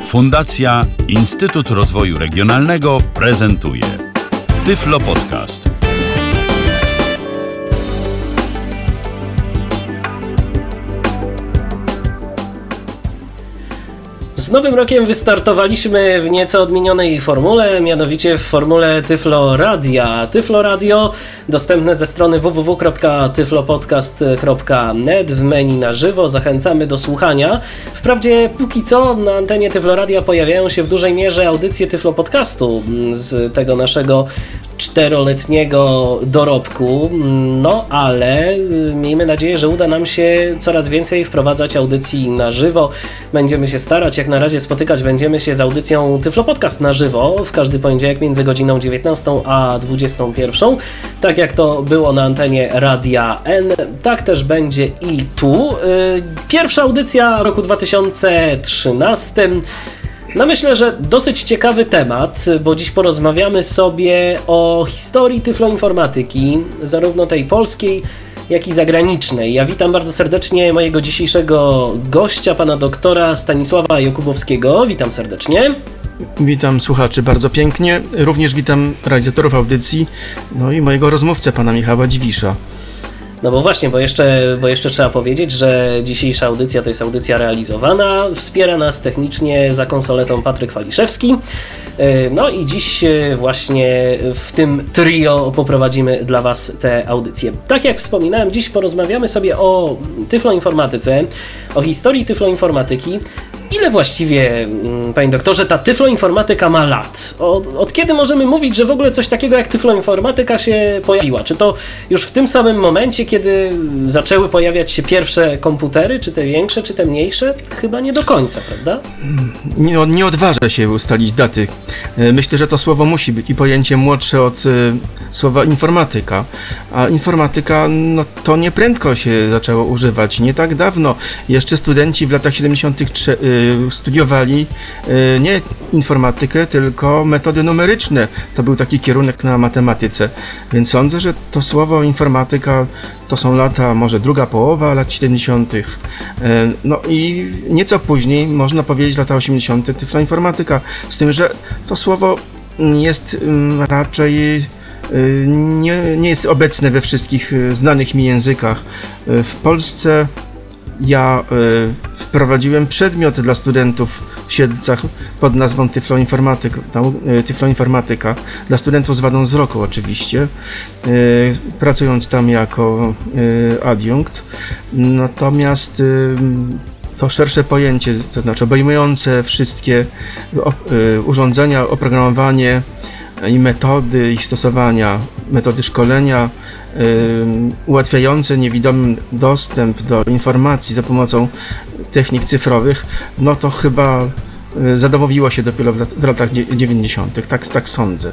Fundacja Instytut Rozwoju Regionalnego prezentuje Tyflo Podcast. Z nowym rokiem wystartowaliśmy w nieco odmienionej formule, mianowicie w formule Tyflo Radia. Tyflo Radio dostępne ze strony www.tyflopodcast.net w menu na żywo. Zachęcamy do słuchania. Wprawdzie póki co na antenie Tyflo Radia pojawiają się w dużej mierze audycje Tyflo Podcastu z tego naszego 4-letniego dorobku, no ale miejmy nadzieję, że uda nam się coraz więcej wprowadzać audycji na żywo. Będziemy się starać, jak na razie spotykać będziemy się z audycją Tyflo Podcast na żywo w każdy poniedziałek między godziną 19 a 21. Tak jak to było na antenie Radia N, tak też będzie i tu. Pierwsza audycja w roku 2013. No myślę, że dosyć ciekawy temat, bo dziś porozmawiamy sobie o historii tyfloinformatyki, zarówno tej polskiej, jak i zagranicznej. Ja witam bardzo serdecznie mojego dzisiejszego gościa, pana doktora Stanisława Jakubowskiego. Witam serdecznie. Witam słuchaczy bardzo pięknie. Również witam realizatorów audycji, no i mojego rozmówcę, pana Michała Dziwisza. No bo właśnie, bo jeszcze trzeba powiedzieć, że dzisiejsza audycja to jest audycja realizowana, wspiera nas technicznie za konsoletą Patryk Waliszewski. No i dziś właśnie w tym trio poprowadzimy dla Was tę audycję. Tak jak wspominałem, dziś porozmawiamy sobie o tyfloinformatyce, o historii tyfloinformatyki. Ile właściwie, panie doktorze, ta tyfloinformatyka ma lat? Od kiedy możemy mówić, że w ogóle coś takiego jak tyfloinformatyka się pojawiła? Czy to już w tym samym momencie, kiedy zaczęły pojawiać się pierwsze komputery, czy te większe, czy te mniejsze? Chyba nie do końca, prawda? Nie odważę się ustalić daty. Myślę, że to słowo musi być i pojęcie młodsze od słowa informatyka. A informatyka, no to nieprędko się zaczęło używać. Nie tak dawno. Jeszcze studenci w latach 70. studiowali nie informatykę, tylko metody numeryczne. To był taki kierunek na matematyce. Więc sądzę, że to słowo informatyka to są lata, może druga połowa lat 70. No i nieco później, można powiedzieć lata 80. tyfloinformatyka. Z tym, że to słowo jest raczej nie jest obecne we wszystkich znanych mi językach. W Polsce ja wprowadziłem przedmiot dla studentów w Siedlcach pod nazwą tyfloinformatyka, dla studentów z wadą wzroku oczywiście, pracując tam jako adiunkt. Natomiast to szersze pojęcie, to znaczy obejmujące wszystkie urządzenia, oprogramowanie i metody ich stosowania, metody szkolenia, ułatwiające niewidomym dostęp do informacji za pomocą technik cyfrowych, no to chyba zadomowiło się dopiero w latach 90. Tak sądzę.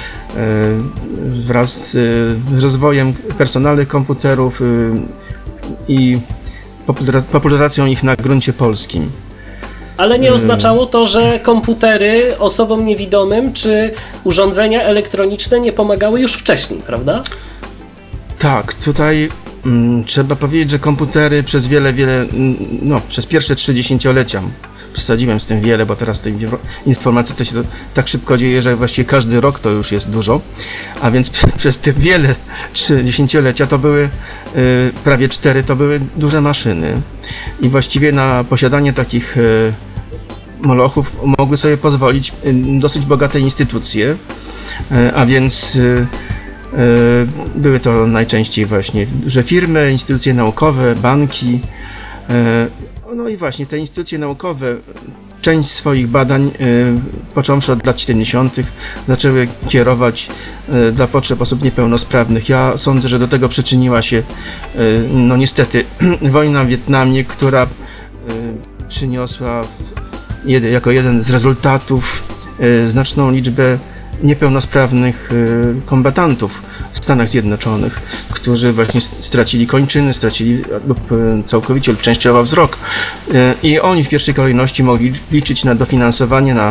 Wraz z rozwojem personalnych komputerów i popularyzacją ich na gruncie polskim. Ale nie oznaczało to, że komputery osobom niewidomym czy urządzenia elektroniczne nie pomagały już wcześniej, prawda? Tak, tutaj trzeba powiedzieć, że komputery przez przez pierwsze 3 dziesięciolecia, przesadziłem z tym wiele, bo teraz w tej informatyce się to tak szybko dzieje, że właściwie każdy rok to już jest dużo, a więc przez te 3 dziesięciolecia to były prawie 4, to były duże maszyny i właściwie na posiadanie takich molochów mogły sobie pozwolić dosyć bogate instytucje, a więc były to najczęściej właśnie duże firmy, instytucje naukowe, banki. No i właśnie te instytucje naukowe część swoich badań, począwszy od lat 70., zaczęły kierować dla potrzeb osób niepełnosprawnych. Ja sądzę, że do tego przyczyniła się no niestety wojna w Wietnamie, która przyniosła jako jeden z rezultatów znaczną liczbę niepełnosprawnych kombatantów w Stanach Zjednoczonych, którzy właśnie stracili kończyny, lub całkowicie lub częściowo wzrok. I oni w pierwszej kolejności mogli liczyć na dofinansowanie, na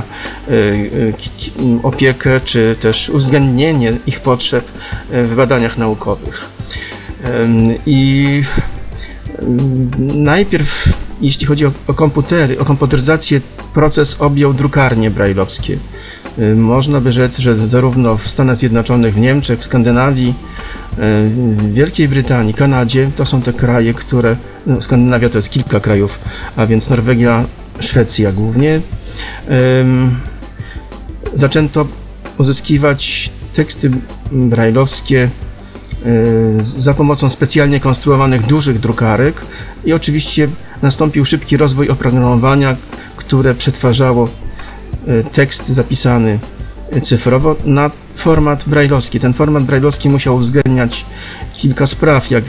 opiekę, czy też uwzględnienie ich potrzeb w badaniach naukowych. I najpierw jeśli chodzi o komputery, o komputeryzację, proces objął drukarnie brajlowskie. Można by rzec, że zarówno w Stanach Zjednoczonych, w Niemczech, w Skandynawii, w Wielkiej Brytanii, Kanadzie, to są te kraje, które, no, Skandynawia to jest kilka krajów, a więc Norwegia, Szwecja głównie, zaczęto uzyskiwać teksty brajlowskie za pomocą specjalnie konstruowanych dużych drukarek i oczywiście nastąpił szybki rozwój oprogramowania, które przetwarzało tekst zapisany cyfrowo na format brajlowski. Ten format brajlowski musiał uwzględniać kilka spraw, jak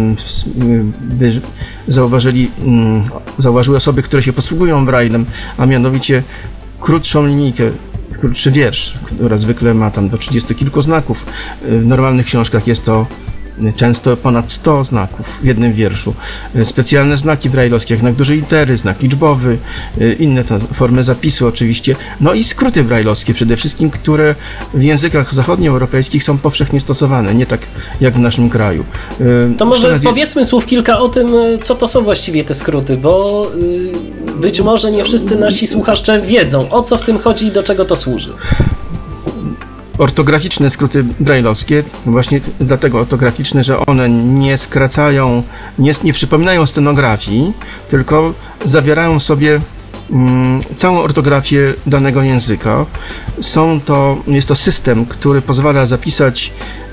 zauważyły osoby, które się posługują braillem, a mianowicie krótszą linijkę, krótszy wiersz, który zwykle ma tam do 30 kilku znaków. W normalnych książkach jest to często ponad 100 znaków w jednym wierszu. Specjalne znaki brajlowskie, jak znak dużej litery, znak liczbowy, inne to formy zapisu oczywiście. No i skróty brajlowskie przede wszystkim, które w językach zachodnioeuropejskich są powszechnie stosowane, nie tak jak w naszym kraju. To może powiedzmy słów kilka o tym, co to są właściwie te skróty, bo być może nie wszyscy nasi słuchacze wiedzą, o co w tym chodzi i do czego to służy. Ortograficzne skróty brajlowskie, właśnie dlatego ortograficzne, że one nie skracają, nie przypominają stenografii, tylko zawierają w sobie całą ortografię danego języka. Jest to system, który pozwala zapisać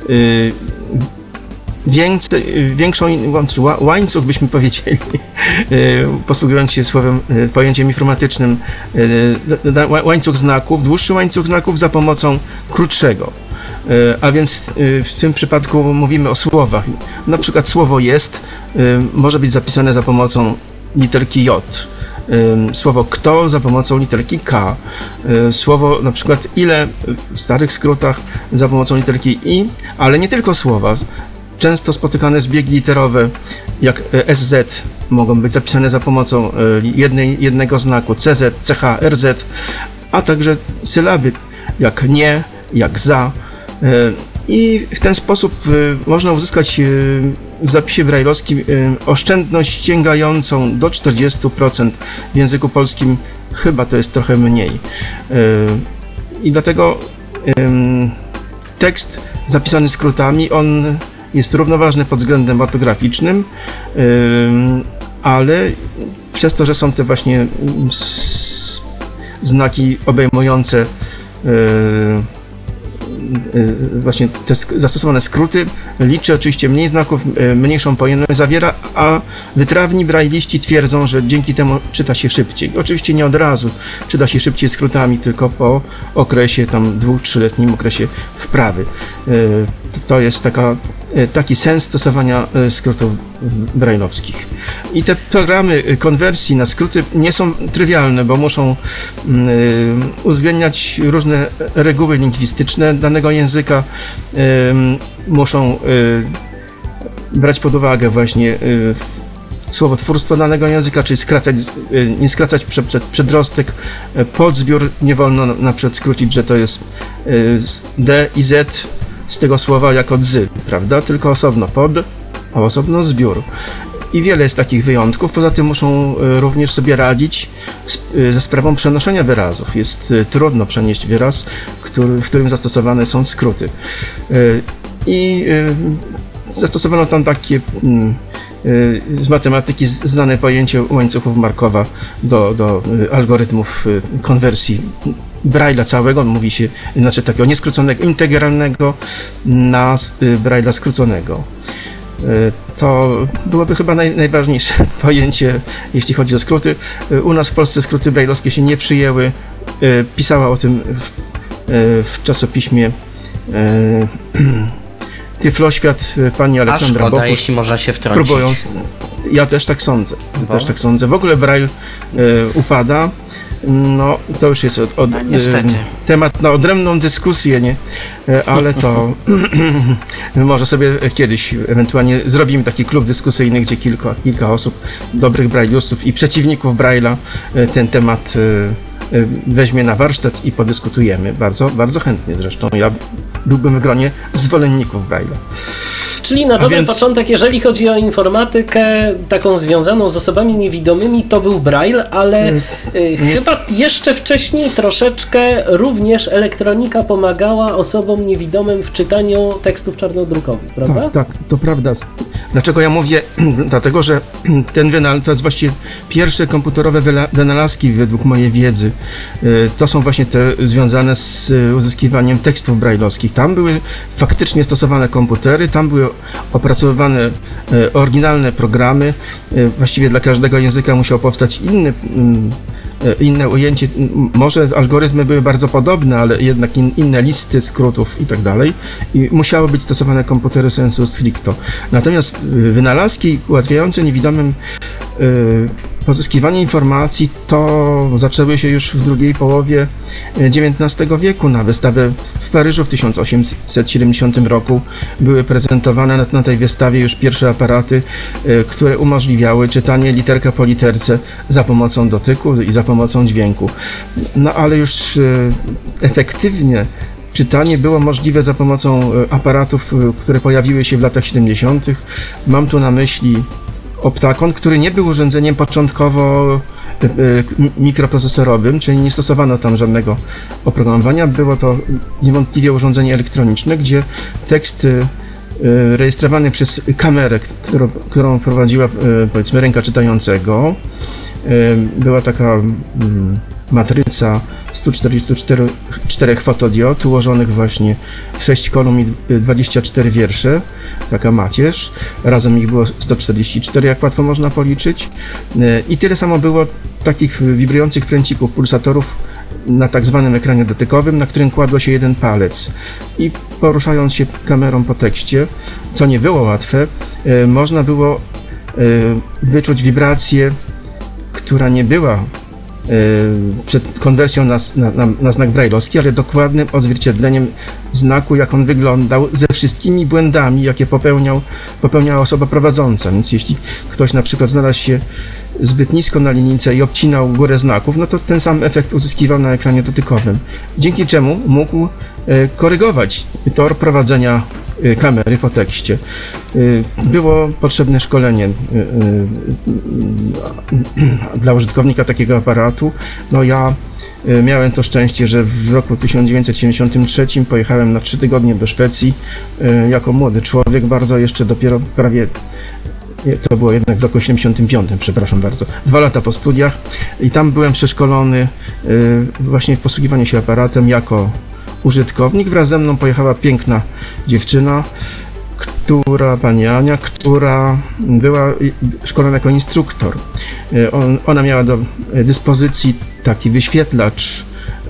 większą łańcuch, byśmy powiedzieli, posługując się pojęciem informatycznym, łańcuch znaków, dłuższy łańcuch znaków za pomocą krótszego. A więc w tym przypadku mówimy o słowach. Na przykład słowo jest może być zapisane za pomocą literki J. Słowo kto za pomocą literki K. Słowo na przykład ile w starych skrótach za pomocą literki I, ale nie tylko słowa. Często spotykane zbiegi literowe jak SZ mogą być zapisane za pomocą jednego znaku CZ, CH, RZ, a także sylaby jak nie, jak za. I w ten sposób można uzyskać w zapisie brajlowskim oszczędność sięgającą do 40%. W języku polskim chyba to jest trochę mniej. I dlatego tekst zapisany skrótami, on jest równoważny pod względem ortograficznym, ale przez to, że są te właśnie znaki obejmujące właśnie te zastosowane skróty, liczy oczywiście mniej znaków, mniejszą pojemność zawiera, a wytrawni brajliści twierdzą, że dzięki temu czyta się szybciej. Oczywiście nie od razu czyta się szybciej skrótami, tylko po okresie tam 2-3-letnim okresie wprawy. To jest taki sens stosowania skrótów brajlowskich. I te programy konwersji na skróty nie są trywialne, bo muszą uwzględniać różne reguły lingwistyczne danego języka, muszą brać pod uwagę właśnie słowotwórstwo danego języka, czyli nie skracać przedrostek, podzbiór nie wolno na przykład skrócić, że to jest D i Z z tego słowa jako dzy, prawda? Tylko osobno pod, a osobno zbiór. I wiele jest takich wyjątków. Poza tym muszą również sobie radzić ze sprawą przenoszenia wyrazów. Jest trudno przenieść wyraz, w którym zastosowane są skróty. I zastosowano tam takie z matematyki znane pojęcie łańcuchów Markowa do algorytmów konwersji Braille'a całego, mówi się, znaczy takiego nieskróconego, integralnego na Braille'a skróconego. To byłoby chyba najważniejsze pojęcie, jeśli chodzi o skróty. U nas w Polsce skróty brajlowskie się nie przyjęły. Pisała o tym w czasopiśmie Tyfloświat pani Aleksandra Bokusz. Jeśli można się wtrącić. Próbując, ja też tak sądzę. W ogóle Braille upada. No, to już jest temat na odrębną dyskusję, nie? Ale to może sobie kiedyś ewentualnie zrobimy taki klub dyskusyjny, gdzie kilka osób, dobrych brajlistów i przeciwników Braille'a ten temat weźmie na warsztat i podyskutujemy. Bardzo, bardzo chętnie zresztą. Ja byłbym w gronie zwolenników Braille'a. Czyli na dobry początek, jeżeli chodzi o informatykę taką związaną z osobami niewidomymi, to był Braille, ale chyba jeszcze wcześniej troszeczkę również elektronika pomagała osobom niewidomym w czytaniu tekstów czarnodrukowych, prawda? Tak, to prawda. Dlaczego ja mówię? Dlatego, że to jest właściwie pierwsze komputerowe wynalazki według mojej wiedzy. To są właśnie te związane z uzyskiwaniem tekstów brajlowskich. Tam były faktycznie stosowane komputery, tam były opracowywane oryginalne programy. Właściwie dla każdego języka musiało powstać inne ujęcie. Może algorytmy były bardzo podobne, ale jednak inne listy skrótów i tak dalej. I musiały być stosowane komputery sensu stricto. Natomiast wynalazki ułatwiające niewidomym pozyskiwanie informacji to zaczęły się już w drugiej połowie XIX wieku. Na wystawę w Paryżu w 1870 roku były prezentowane na tej wystawie już pierwsze aparaty, które umożliwiały czytanie literka po literce za pomocą dotyku i za pomocą dźwięku. No ale już efektywnie czytanie było możliwe za pomocą aparatów, które pojawiły się w latach 70. Mam tu na myśli Optakon, który nie był urządzeniem początkowo mikroprocesorowym, czyli nie stosowano tam żadnego oprogramowania. Było to niewątpliwie urządzenie elektroniczne, gdzie tekst rejestrowany przez kamerę, którą prowadziła powiedzmy ręka czytającego. Była taka matryca 144 fotodiod ułożonych właśnie w 6 kolumn i 24 wiersze, taka macierz. Razem ich było 144, jak łatwo można policzyć. I tyle samo było takich wibrujących pręcików, pulsatorów na tak zwanym ekranie dotykowym, na którym kładło się jeden palec. I poruszając się kamerą po tekście, co nie było łatwe, można było wyczuć wibrację, która nie była przed konwersją na znak brajlowski, ale dokładnym odzwierciedleniem znaku, jak on wyglądał, ze wszystkimi błędami, jakie popełniała osoba prowadząca. Więc jeśli ktoś na przykład znalazł się zbyt nisko na linijce i obcinał górę znaków, no to ten sam efekt uzyskiwał na ekranie dotykowym, dzięki czemu mógł korygować tor prowadzenia kamery po tekście. Było potrzebne szkolenie dla użytkownika takiego aparatu. No ja miałem to szczęście, że w roku 1973 pojechałem na 3 tygodnie do Szwecji jako młody człowiek, bardzo jeszcze dopiero prawie. To było jednak w roku 75, przepraszam bardzo. 2 lata po studiach i tam byłem przeszkolony właśnie w posługiwaniu się aparatem jako użytkownik. Wraz ze mną pojechała piękna dziewczyna, pani Ania, która była szkolona jako instruktor. Ona miała do dyspozycji taki wyświetlacz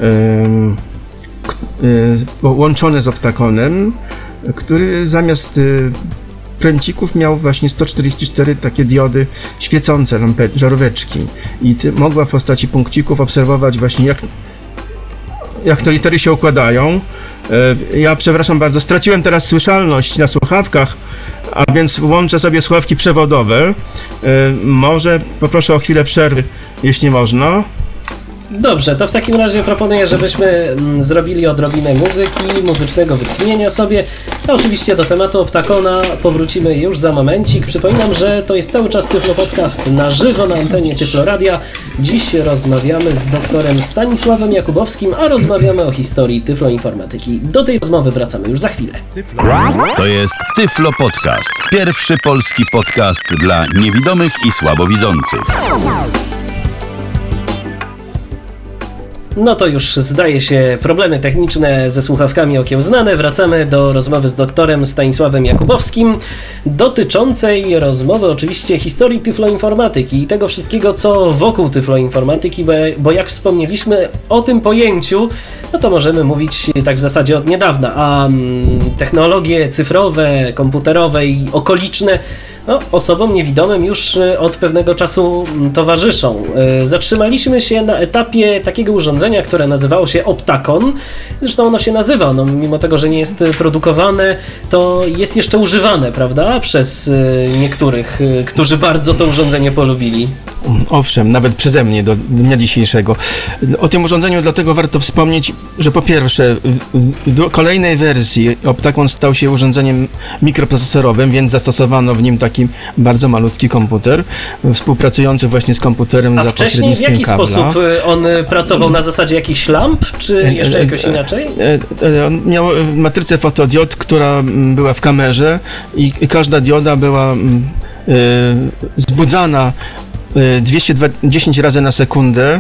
łączony z optakonem, który zamiast pręcików miał właśnie 144 takie diody świecące, żaróweczki. I mogła w postaci punkcików obserwować właśnie jak te litery się układają. Ja przepraszam bardzo, straciłem teraz słyszalność na słuchawkach, a więc włączę sobie słuchawki przewodowe. Może poproszę o chwilę przerwy, jeśli można. Dobrze, to w takim razie proponuję, żebyśmy zrobili odrobinę muzyki, muzycznego wytchnienia sobie. A oczywiście do tematu Optakona powrócimy już za momencik. Przypominam, że to jest cały czas Tyflo Podcast na żywo na antenie Tyflo Radia. Dziś rozmawiamy z doktorem Stanisławem Jakubowskim, a rozmawiamy o historii Tyflo Informatyki. Do tej rozmowy wracamy już za chwilę. To jest Tyflo Podcast. Pierwszy polski podcast dla niewidomych i słabowidzących. No to już zdaje się problemy techniczne ze słuchawkami okiełznane. Wracamy do rozmowy z doktorem Stanisławem Jakubowskim dotyczącej rozmowy oczywiście historii tyfloinformatyki i tego wszystkiego, co wokół tyfloinformatyki, bo jak wspomnieliśmy o tym pojęciu, no to możemy mówić tak w zasadzie od niedawna, a technologie cyfrowe, komputerowe i okoliczne osobom niewidomym już od pewnego czasu towarzyszą. Zatrzymaliśmy się na etapie takiego urządzenia, które nazywało się Optakon. Zresztą ono się nazywa, mimo tego, że nie jest produkowane, to jest jeszcze używane, prawda? Przez niektórych, którzy bardzo to urządzenie polubili. Owszem, nawet przeze mnie do dnia dzisiejszego. O tym urządzeniu dlatego warto wspomnieć, że po pierwsze w kolejnej wersji Optakon stał się urządzeniem mikroprocesorowym, więc zastosowano w nim taki bardzo malutki komputer, współpracujący właśnie z komputerem za pośrednictwem kabla. A wcześniej w jaki sposób on pracował? Na zasadzie jakichś lamp, czy jeszcze jakoś inaczej? On miał matrycę fotodiod, która była w kamerze i każda dioda była wzbudzana 210 razy na sekundę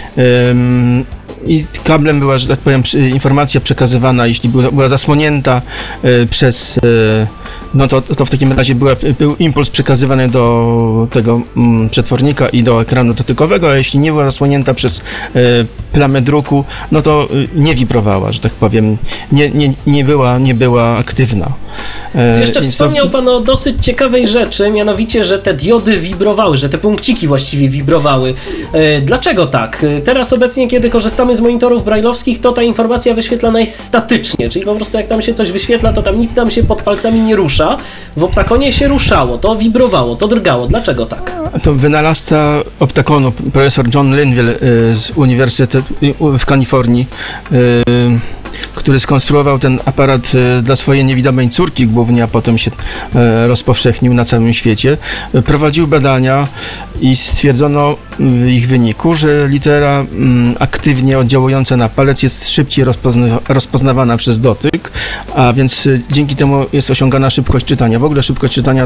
i kablem była, że tak powiem, informacja przekazywana, jeśli była zasłonięta przez, no to w takim razie był impuls przekazywany do tego przetwornika i do ekranu dotykowego, a jeśli nie była zasłonięta przez plamę druku, no to nie wibrowała, że tak powiem, nie była aktywna. Jeszcze wspomniał Pan o dosyć ciekawej rzeczy, mianowicie, że te diody wibrowały, że te punkciki właściwie wibrowały. Dlaczego tak? Teraz obecnie, kiedy korzystamy z monitorów brajlowskich, to ta informacja wyświetlana jest statycznie, czyli po prostu jak tam się coś wyświetla, to tam nic nam się pod palcami nie rusza. W Optakonie się ruszało, to wibrowało, to drgało. Dlaczego tak? To wynalazca Optakonu, profesor John Linville z Uniwersytetu w Kalifornii, który skonstruował ten aparat dla swojej niewidomej córki głównie, a potem się rozpowszechnił na całym świecie. Prowadził badania i stwierdzono w ich wyniku, że litera aktywnie oddziałująca na palec jest szybciej rozpoznawana przez dotyk, a więc dzięki temu jest osiągana szybkość czytania. W ogóle szybkość czytania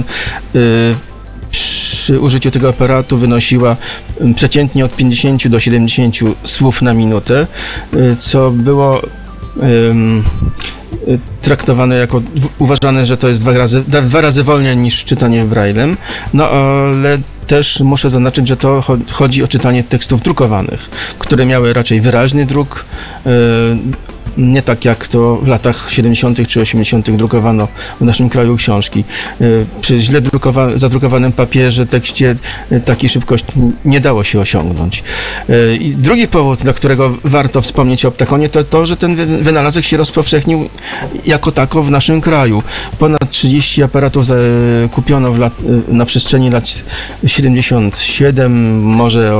przy użyciu tego aparatu wynosiła przeciętnie od 50 do 70 słów na minutę, co było traktowane jako, uważane, że to jest dwa razy wolniej niż czytanie Braillem, no ale też muszę zaznaczyć, że to chodzi o czytanie tekstów drukowanych, które miały raczej wyraźny druk, nie tak jak to w latach 70. czy 80. drukowano w naszym kraju książki. Przy źle zadrukowanym papierze, tekście takiej szybkości nie dało się osiągnąć. I drugi powód, dla którego warto wspomnieć o Optakonie, to to, że ten wynalazek się rozpowszechnił jako tako w naszym kraju. Ponad 30 aparatów kupiono na przestrzeni lat 77, może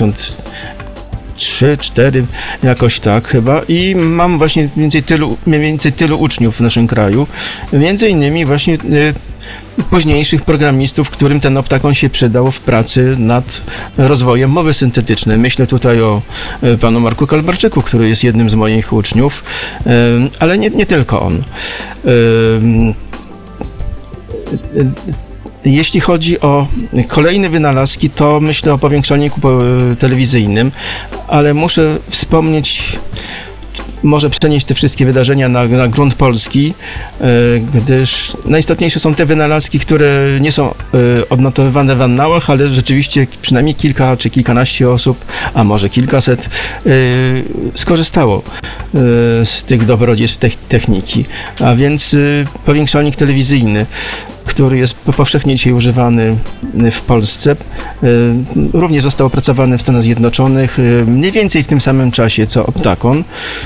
83, 4, jakoś tak chyba, i mam właśnie mniej więcej tylu uczniów w naszym kraju, między innymi właśnie późniejszych programistów, którym ten Optakon się przydał w pracy nad rozwojem mowy syntetycznej. Myślę tutaj o panu Marku Kalbarczyku, który jest jednym z moich uczniów, ale nie tylko on. Jeśli chodzi o kolejne wynalazki, to myślę o powiększalniku telewizyjnym, ale muszę wspomnieć, może przenieść te wszystkie wydarzenia na grunt polski, gdyż najistotniejsze są te wynalazki, które nie są odnotowywane w annałach, ale rzeczywiście przynajmniej kilka czy kilkanaście osób, a może kilkaset skorzystało z tych dobrodziejstw techniki, a więc powiększalnik telewizyjny, który jest powszechnie dzisiaj używany w Polsce. Również został opracowany w Stanach Zjednoczonych mniej więcej w tym samym czasie co Optakon.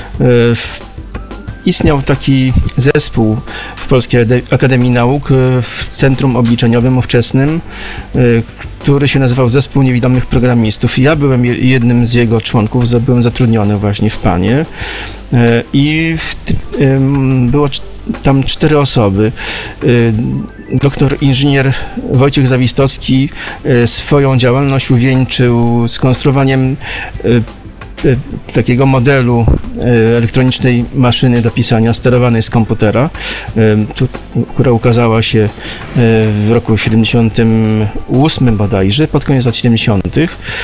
Istniał taki zespół w Polskiej Akademii Nauk w Centrum Obliczeniowym ówczesnym, który się nazywał Zespół Niewidomych Programistów. Ja byłem jednym z jego członków, byłem zatrudniony właśnie w PAN-ie i było tam 4 osoby. Doktor inżynier Wojciech Zawistowski swoją działalność uwieńczył skonstruowaniem takiego modelu elektronicznej maszyny do pisania sterowanej z komputera, która ukazała się w roku 78 bodajże, pod koniec lat 70.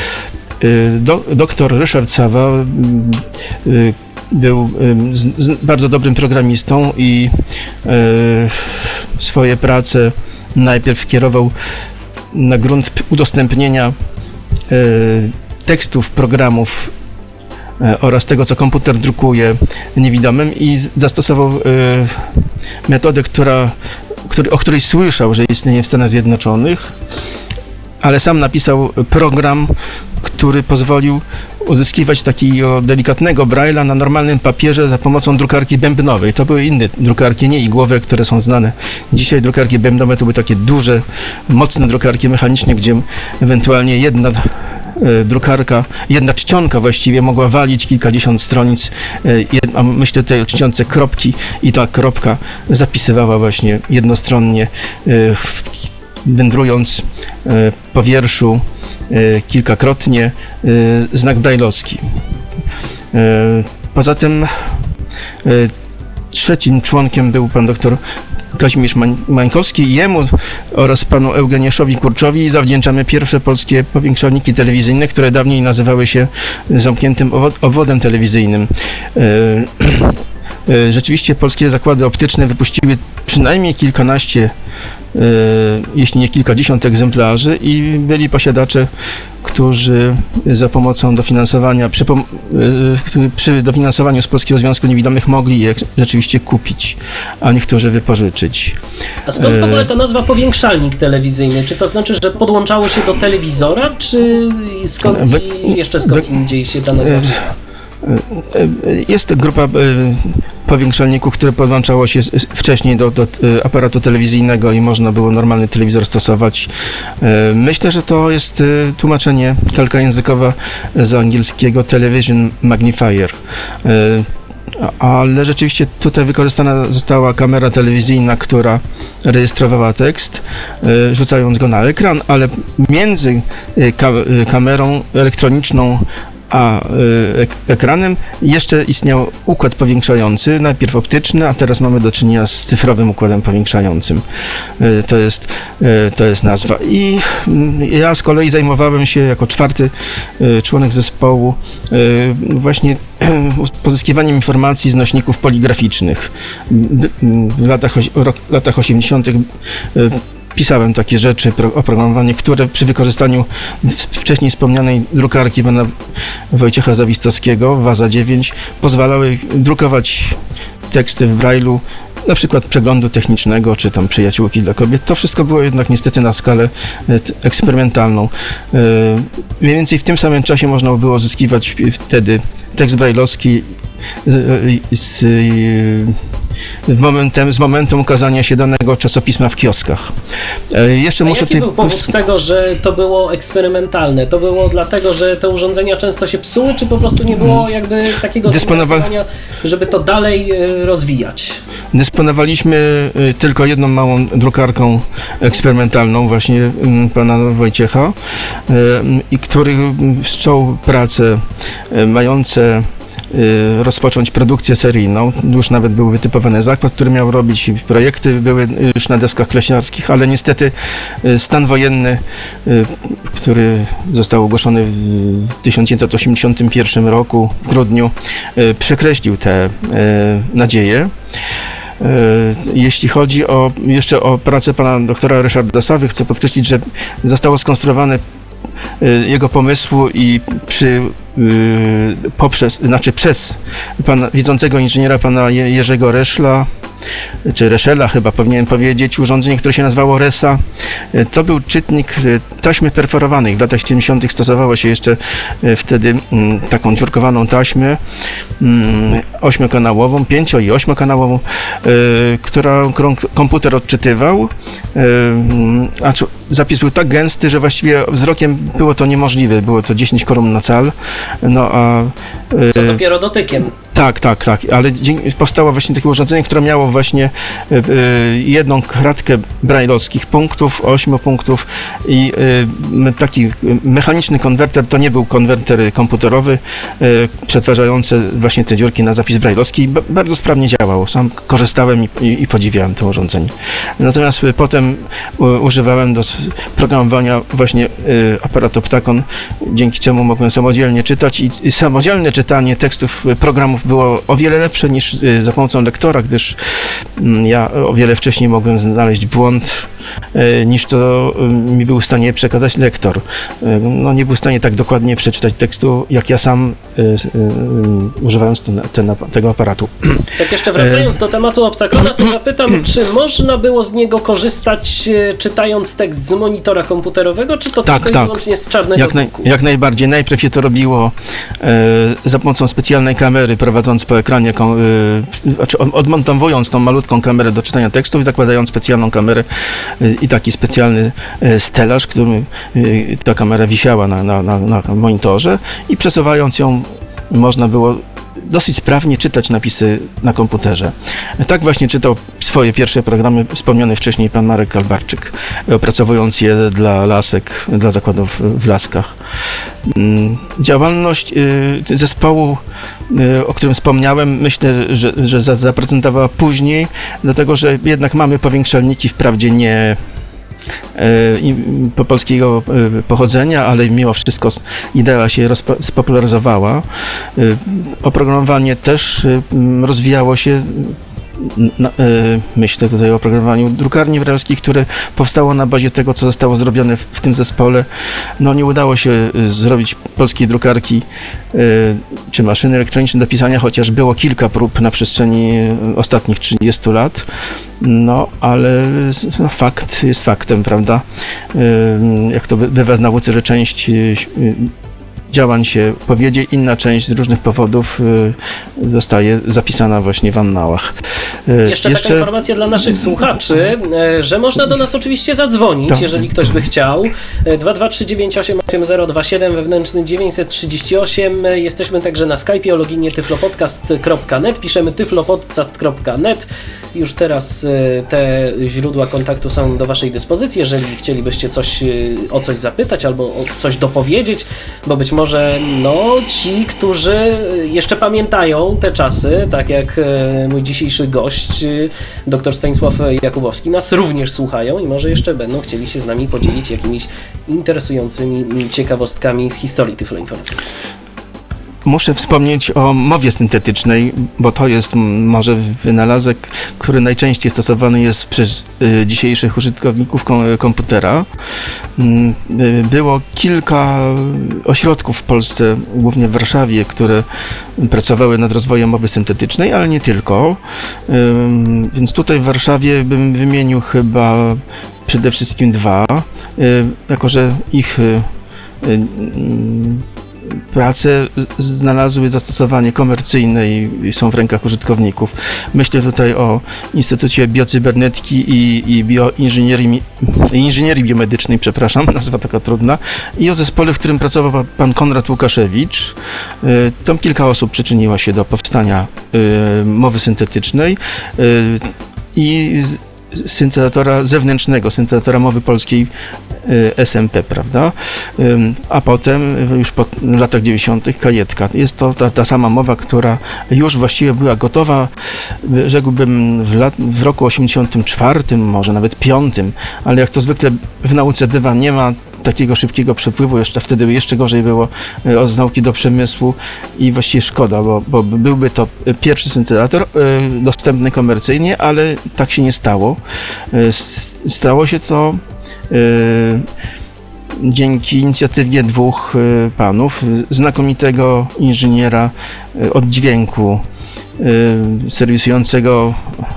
Doktor Ryszard Sawa był bardzo dobrym programistą i swoje prace najpierw kierował na grunt udostępnienia tekstów programów oraz tego, co komputer drukuje niewidomym, i zastosował metodę, o której słyszał, że istnieje w Stanach Zjednoczonych, ale sam napisał program, który pozwolił uzyskiwać takiego delikatnego Braille'a na normalnym papierze za pomocą drukarki bębnowej. To były inne drukarki, nie igłowe, które są znane. Dzisiaj drukarki bębnowe to były takie duże, mocne drukarki mechaniczne, gdzie ewentualnie jedna drukarka, jedna czcionka właściwie mogła walić kilkadziesiąt stronic, a myślę tutaj o czcionce kropki i ta kropka zapisywała właśnie jednostronnie, wędrując po wierszu kilkakrotnie znak brajlowski. Poza tym trzecim członkiem był pan doktor Kazimierz Mańkowski i jemu oraz panu Eugeniuszowi Kurczowi zawdzięczamy pierwsze polskie powiększalniki telewizyjne, które dawniej nazywały się zamkniętym obwodem telewizyjnym. Rzeczywiście polskie zakłady optyczne wypuściły przynajmniej kilkanaście, jeśli nie kilkadziesiąt egzemplarzy i byli posiadacze, którzy za pomocą dofinansowania, przy dofinansowaniu z Polskiego Związku Niewidomych mogli je rzeczywiście kupić, a niektórzy wypożyczyć. A skąd w ogóle ta nazwa powiększalnik telewizyjny? Czy to znaczy, że podłączało się do telewizora, czy skąd indziej się ta nazwa wzięła? Jest grupa powiększalników, które podłączało się wcześniej do aparatu telewizyjnego i można było normalny telewizor stosować. Myślę, że to jest tłumaczenie, kalka językowa z angielskiego television magnifier. Ale rzeczywiście tutaj wykorzystana została kamera telewizyjna, która rejestrowała tekst, rzucając go na ekran, ale między kamerą elektroniczną a ekranem jeszcze istniał układ powiększający, najpierw optyczny, a teraz mamy do czynienia z cyfrowym układem powiększającym. To jest nazwa. I ja z kolei zajmowałem się jako czwarty członek zespołu właśnie pozyskiwaniem informacji z nośników poligraficznych. W latach 80. pisałem takie rzeczy, oprogramowanie, które przy wykorzystaniu wcześniej wspomnianej drukarki pana Wojciecha Zawistowskiego, Waza 9, pozwalały drukować teksty w Braille'u, na przykład przeglądu technicznego, czy tam przyjaciółki dla kobiet. To wszystko było jednak niestety na skalę eksperymentalną. Mniej więcej w tym samym czasie można było uzyskiwać wtedy tekst brajlowski z momentem ukazania się danego czasopisma w kioskach. Jeszcze muszę jaki był powód tego, że to było eksperymentalne? To było dlatego, że te urządzenia często się psuły, czy po prostu nie było jakby takiego zainteresowania, żeby to dalej rozwijać? Dysponowaliśmy tylko jedną małą drukarką eksperymentalną właśnie pana Wojciecha, i który wszczął prace mające rozpocząć produkcję seryjną. Już nawet był wytypowany zakład, który miał robić, projekty były już na deskach kleśniarskich, ale niestety stan wojenny, który został ogłoszony w 1981 roku w grudniu, przekreślił te nadzieje. Jeśli chodzi jeszcze o pracę pana doktora Ryszarda Sawy, chcę podkreślić, że zostało skonstruowane jego pomysłu i przez pana widzącego inżyniera pana Jerzego Reszla, czy Reszela chyba powinienem powiedzieć, urządzenie, które się nazywało Resa. To był czytnik taśmy perforowanej. W latach 70. stosowało się jeszcze wtedy taką dziurkowaną taśmę 8-kanałową, 5- i 8-kanałową, którą komputer odczytywał, a zapis był tak gęsty, że właściwie wzrokiem było to niemożliwe. Było to 10 kolumn na cal. No a co dopiero dotykiem. Tak, ale powstało właśnie takie urządzenie, które miało właśnie jedną kratkę brajlowskich punktów, 8 punktów i taki mechaniczny konwerter, to nie był konwerter komputerowy, przetwarzający właśnie te dziurki na zapis brajlowski i bardzo sprawnie działało. Sam korzystałem i podziwiałem to urządzenie. Natomiast potem używałem do programowania właśnie aparatu Ptakon, dzięki czemu mogłem samodzielnie czytać i samodzielne czytanie tekstów programów było o wiele lepsze niż za pomocą lektora, gdyż ja o wiele wcześniej mogłem znaleźć błąd, niż to mi był w stanie przekazać lektor. No, nie był w stanie tak dokładnie przeczytać tekstu, jak ja sam, używając tego aparatu. Tak jeszcze wracając do tematu Optacona, to zapytam, czy można było z niego korzystać czytając tekst z monitora komputerowego, czy to tylko i wyłącznie z czarnego druku? Jak najbardziej. Najpierw się to robiło za pomocą specjalnej kamery, prowadząc po ekranie, odmontowując tą malutką kamerę do czytania tekstów i zakładając specjalną kamerę i taki specjalny stelaż, który ta kamera wisiała na monitorze i przesuwając ją można było dosyć sprawnie czytać napisy na komputerze. Tak właśnie czytał swoje pierwsze programy wspomniany wcześniej pan Marek Kalbarczyk, opracowując je dla lasek, dla zakładów w Laskach. Działalność zespołu, o którym wspomniałem, myślę, że zaprezentowała później, dlatego że jednak mamy powiększalniki, wprawdzie nie polskiego pochodzenia, ale mimo wszystko idea się spopularyzowała. Oprogramowanie też rozwijało się. Myślę tutaj o oprogramowaniu drukarni brajlowskich, które powstało na bazie tego, co zostało zrobione w tym zespole. No nie udało się zrobić polskiej drukarki czy maszyny elektronicznej do pisania, chociaż było kilka prób na przestrzeni ostatnich 30 lat. No, ale fakt jest faktem, prawda? Jak to bywa w nauce, że część działań się powiedzie, inna część z różnych powodów zostaje zapisana właśnie w annałach. Jeszcze taka informacja dla naszych słuchaczy, że można do nas oczywiście zadzwonić, jeżeli ktoś by chciał. 223988027, wewnętrzny 938. Jesteśmy także na Skype'ie o loginie tyflopodcast.net. Piszemy tyflopodcast.net. Już teraz te źródła kontaktu są do waszej dyspozycji, jeżeli chcielibyście o coś zapytać albo o coś dopowiedzieć, bo być może ci, którzy jeszcze pamiętają te czasy, tak jak mój dzisiejszy gość, dr Stanisław Jakubowski, nas również słuchają i może jeszcze będą chcieli się z nami podzielić jakimiś interesującymi ciekawostkami z historii tyfloinformatyki. Muszę wspomnieć o mowie syntetycznej, bo to jest może wynalazek, który najczęściej stosowany jest przez dzisiejszych użytkowników komputera. Było kilka ośrodków w Polsce, głównie w Warszawie, które pracowały nad rozwojem mowy syntetycznej, ale nie tylko. Więc tutaj w Warszawie bym wymienił chyba przede wszystkim dwa, jako że ich prace znalazły zastosowanie komercyjne i są w rękach użytkowników. Myślę tutaj o Instytucie Biocybernetki i Inżynierii Biomedycznej, przepraszam, nazwa taka trudna, i o zespole, w którym pracował pan Konrad Łukaszewicz. Tam kilka osób przyczyniła się do powstania mowy syntetycznej i syntezatora zewnętrznego, syntezatora mowy polskiej SMP, prawda? A potem już po latach 90. Kajetka. Jest to ta sama mowa, która już właściwie była gotowa, rzekłbym w roku 84, może nawet 5, ale jak to zwykle w nauce bywa, nie ma takiego szybkiego przepływu, wtedy jeszcze gorzej było z nauki do przemysłu i właściwie szkoda, bo byłby to pierwszy syntezator dostępny komercyjnie, ale tak się nie stało. Stało się to dzięki inicjatywie dwóch panów, znakomitego inżyniera oddźwięku, serwisującego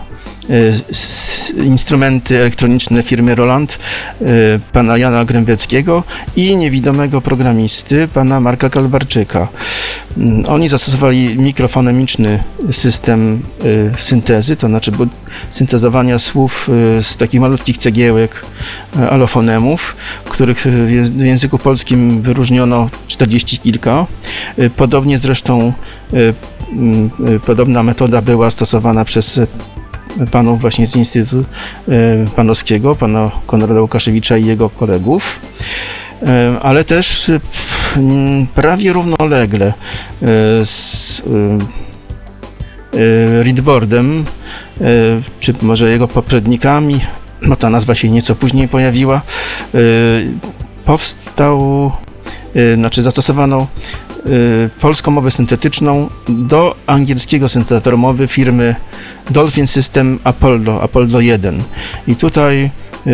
instrumenty elektroniczne firmy Roland, pana Jana Grębeckiego, i niewidomego programisty, pana Marka Kalbarczyka. Oni zastosowali mikrofonemiczny system syntezy, to znaczy syntezowania słów z takich malutkich cegiełek, alofonemów, których w języku polskim wyróżniono 40 kilka. Podobnie zresztą podobna metoda była stosowana przez panów właśnie z Instytutu Panowskiego, pana Konrada Łukaszewicza i jego kolegów, ale też prawie równolegle z Readboardem, czy może jego poprzednikami, bo ta nazwa się nieco później pojawiła, zastosowano polską mowę syntetyczną do angielskiego syntezatora mowy firmy Dolphin System Apollo 1. I tutaj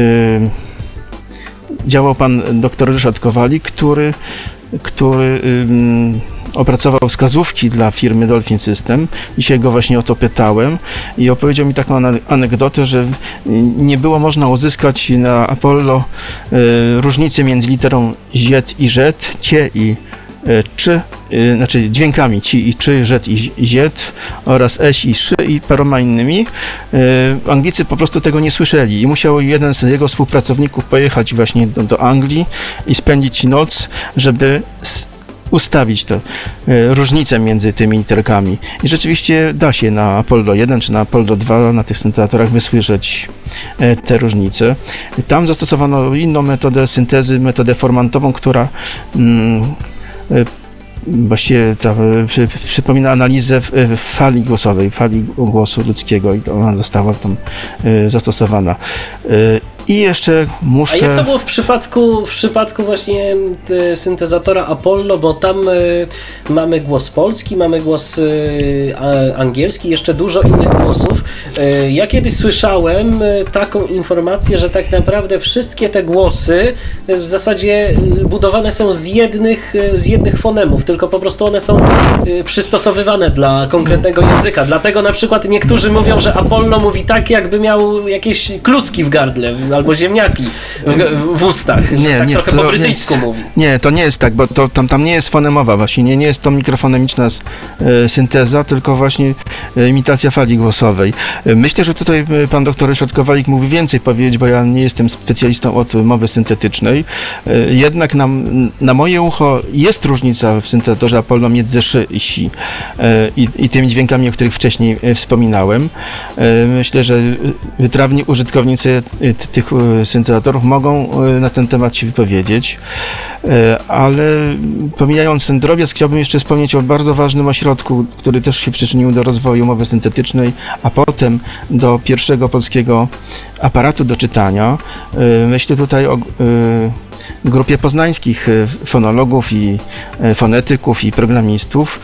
działał pan dr Ryszard Kowalik, który opracował wskazówki dla firmy Dolphin System. Dzisiaj go właśnie o to pytałem i opowiedział mi taką anegdotę, że nie było można uzyskać na Apollo różnicy między literą Z i Z, cie i czy, znaczy dźwiękami ci i czy, Z i Z oraz eś i szy i paroma innymi. Anglicy po prostu tego nie słyszeli i musiał jeden z jego współpracowników pojechać właśnie do Anglii i spędzić noc, żeby ustawić tę różnicę między tymi literkami. I rzeczywiście da się na Apollo 1 czy na Apollo 2 na tych syntezatorach wysłyszeć te różnice. Tam zastosowano inną metodę syntezy, metodę formantową, która właściwie przypomina analizę fali głosowej, fali głosu ludzkiego i ona została tam zastosowana. I jeszcze muszę... A jak to było w przypadku właśnie syntezatora Apollo, bo tam mamy głos polski, mamy głos angielski, jeszcze dużo innych głosów. Ja kiedyś słyszałem taką informację, że tak naprawdę wszystkie te głosy w zasadzie budowane są z jednych fonemów, tylko po prostu one są przystosowywane dla konkretnego języka. Dlatego na przykład niektórzy mówią, że Apollo mówi tak, jakby miał jakieś kluski w gardle, albo ziemniaki w ustach. Nie, trochę po brytyjsku mówi. Nie, to nie jest tak, bo to tam nie jest fonemowa właśnie, nie jest to mikrofonemiczna synteza, tylko właśnie imitacja fali głosowej. Myślę, że tutaj pan doktor Ryszard Kowalik mógłby więcej powiedzieć, bo ja nie jestem specjalistą od mowy syntetycznej. Jednak na moje ucho jest różnica w syntezatorze Apollo między szy i si i tymi dźwiękami, o których wcześniej wspominałem. Myślę, że wytrawni użytkownicy tych syntezatorów mogą na ten temat się wypowiedzieć, ale pomijając ten drobiazg, chciałbym jeszcze wspomnieć o bardzo ważnym ośrodku, który też się przyczynił do rozwoju mowy syntetycznej, a potem do pierwszego polskiego aparatu do czytania. Myślę tutaj o grupie poznańskich fonologów i fonetyków i programistów,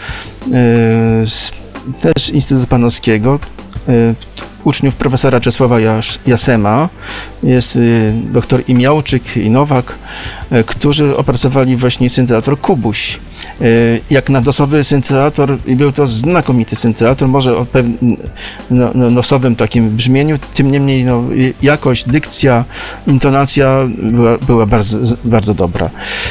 też Instytutu Panowskiego, uczniów profesora Czesława Jasema, jest doktor Imiałczyk i Nowak, którzy opracowali właśnie syntezator Kubuś. Jak na dosowy syntezator, i był to znakomity syntezator, może o nosowym takim brzmieniu, tym niemniej jakość, dykcja, intonacja była bardzo, bardzo dobra.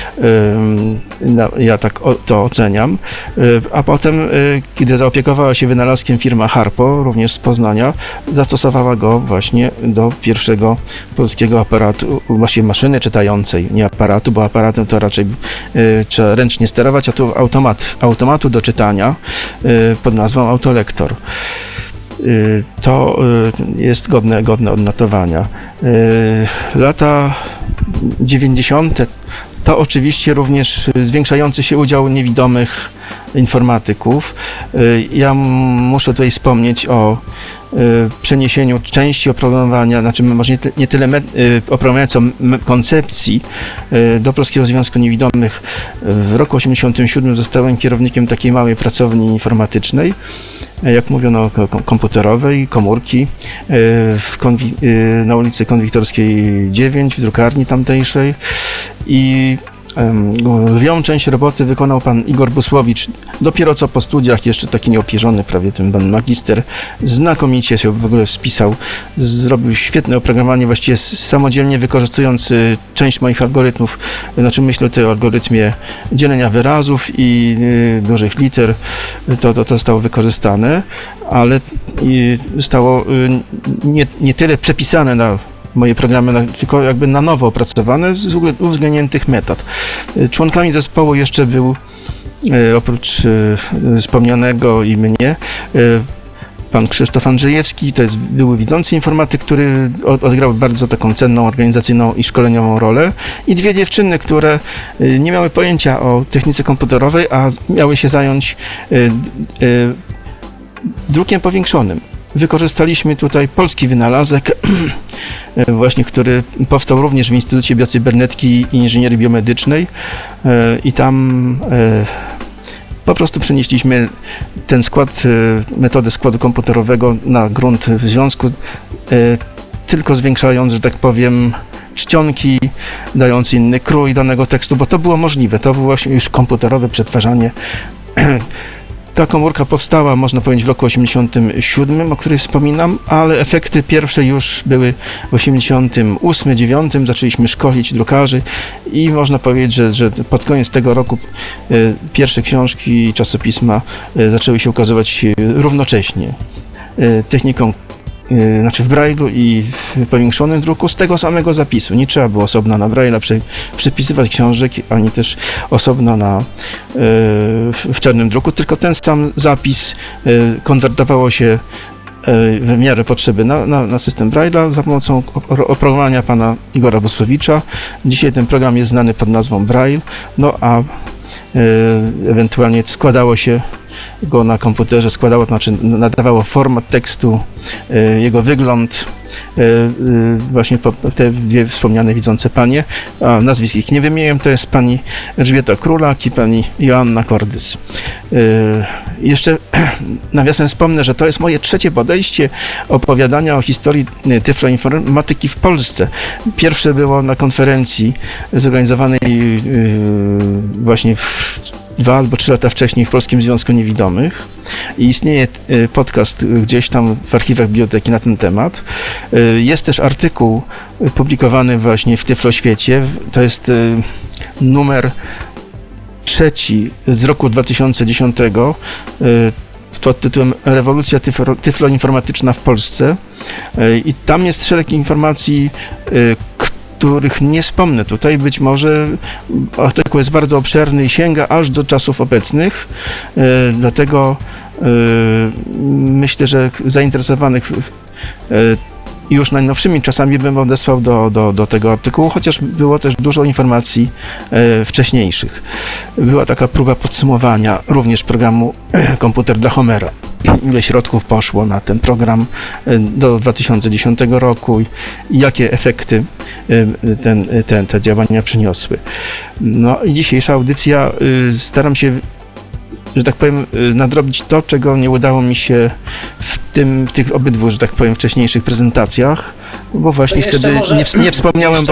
Ja tak to oceniam. A potem, kiedy zaopiekowała się wynalazkiem firma Harpo, również z Poznania, zastosowała go właśnie do pierwszego polskiego aparatu, właśnie maszyny czytającej, nie aparatu, bo aparatem to raczej trzeba ręcznie sterować, a tu automatu do czytania pod nazwą autolektor. To jest godne odnotowania. Lata 90. to oczywiście również zwiększający się udział niewidomych informatyków. Ja muszę tutaj wspomnieć o przeniesieniu części oprogramowania, znaczy może nie tyle oprogramowania, co koncepcji do Polskiego Związku Niewidomych. W roku 1987 zostałem kierownikiem takiej małej pracowni informatycznej, jak mówiono, komputerowej, komórki na ulicy Konwiktorskiej 9, w drukarni tamtejszej i lwią część roboty wykonał pan Igor Busłowicz, dopiero co po studiach, jeszcze taki nieopierzony, prawie ten pan magister, znakomicie się w ogóle spisał, zrobił świetne oprogramowanie, właściwie samodzielnie wykorzystując część moich algorytmów, znaczy myślę tutaj o algorytmie dzielenia wyrazów i dużych liter, to zostało wykorzystane, ale zostało nie tyle przepisane na moje programy, tylko jakby na nowo opracowane z uwzględniętych metod. Członkami zespołu jeszcze był, oprócz wspomnianego i mnie, pan Krzysztof Andrzejewski, to jest były widzący informatyk, który odegrał bardzo taką cenną organizacyjną i szkoleniową rolę, i dwie dziewczyny, które nie miały pojęcia o technice komputerowej, a miały się zająć drukiem powiększonym. Wykorzystaliśmy tutaj polski wynalazek, właśnie, który powstał również w Instytucie Biocybernetki i Inżynierii Biomedycznej, i tam po prostu przenieśliśmy ten skład, metodę składu komputerowego na grunt w związku, tylko zwiększając, że tak powiem, czcionki, dając inny krój danego tekstu, bo to było możliwe, to było właśnie już komputerowe przetwarzanie. Ta komórka powstała, można powiedzieć, w roku 87, o której wspominam, ale efekty pierwsze już były w 88-89, zaczęliśmy szkolić drukarzy i można powiedzieć, że pod koniec tego roku pierwsze książki i czasopisma zaczęły się ukazywać równocześnie. Techniką, znaczy w Braille'u i w powiększonym druku z tego samego zapisu. Nie trzeba było osobno na Braille'a przepisywać książek, ani też osobno w czarnym druku, tylko ten sam zapis konwertowało się w miarę potrzeby na system Braille'a za pomocą oprogramowania pana Igora Bosowicza. Dzisiaj ten program jest znany pod nazwą Braille, no a ewentualnie składało się go na komputerze, znaczy nadawało format tekstu, jego wygląd, właśnie te dwie wspomniane widzące panie, a nazwisk ich nie wymieniłem, to jest pani Elżbieta Królak i pani Joanna Kordys. Jeszcze nawiasem wspomnę, że to jest moje trzecie podejście opowiadania o historii tyfloinformatyki w Polsce. Pierwsze było na konferencji zorganizowanej właśnie 2 albo 3 lata wcześniej w Polskim Związku Niewidomych i istnieje podcast gdzieś tam w archiwach biblioteki na ten temat. Jest też artykuł publikowany właśnie w Tyfloświecie, to jest numer 3 z roku 2010 pod tytułem Rewolucja tyfloinformatyczna w Polsce i tam jest szereg informacji, których nie wspomnę tutaj. Być może artykuł jest bardzo obszerny i sięga aż do czasów obecnych, dlatego myślę, że zainteresowanych już najnowszymi czasami bym odesłał do tego artykułu, chociaż było też dużo informacji wcześniejszych. Była taka próba podsumowania również programu Komputer dla Homera. Ile środków poszło na ten program do 2010 roku i jakie efekty te działania przyniosły. No i dzisiejsza audycja staram się, że tak powiem, nadrobić to, czego nie udało mi się w tych obydwu, że tak powiem, wcześniejszych prezentacjach, bo właśnie wtedy nie wspomniałem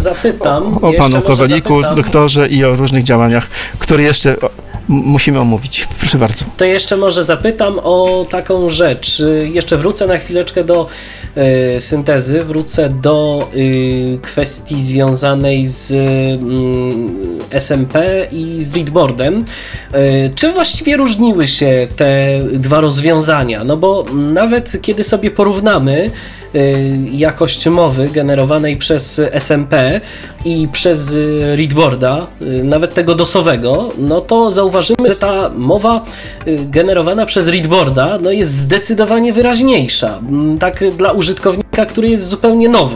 o panu Kowaliku, doktorze i o różnych działaniach, które jeszcze musimy omówić. Proszę bardzo. To jeszcze może zapytam o taką rzecz. Jeszcze wrócę na chwileczkę do syntezy, wrócę do kwestii związanej z SMP i z readboardem. Czym właściwie różniły się te dwa rozwiązania? No bo nawet kiedy sobie porównamy jakość mowy generowanej przez SMP i przez readboarda, nawet tego DOS-owego, no to zauważymy, że ta mowa generowana przez readboarda no jest zdecydowanie wyraźniejsza. Tak dla użytkownika, który jest zupełnie nowy.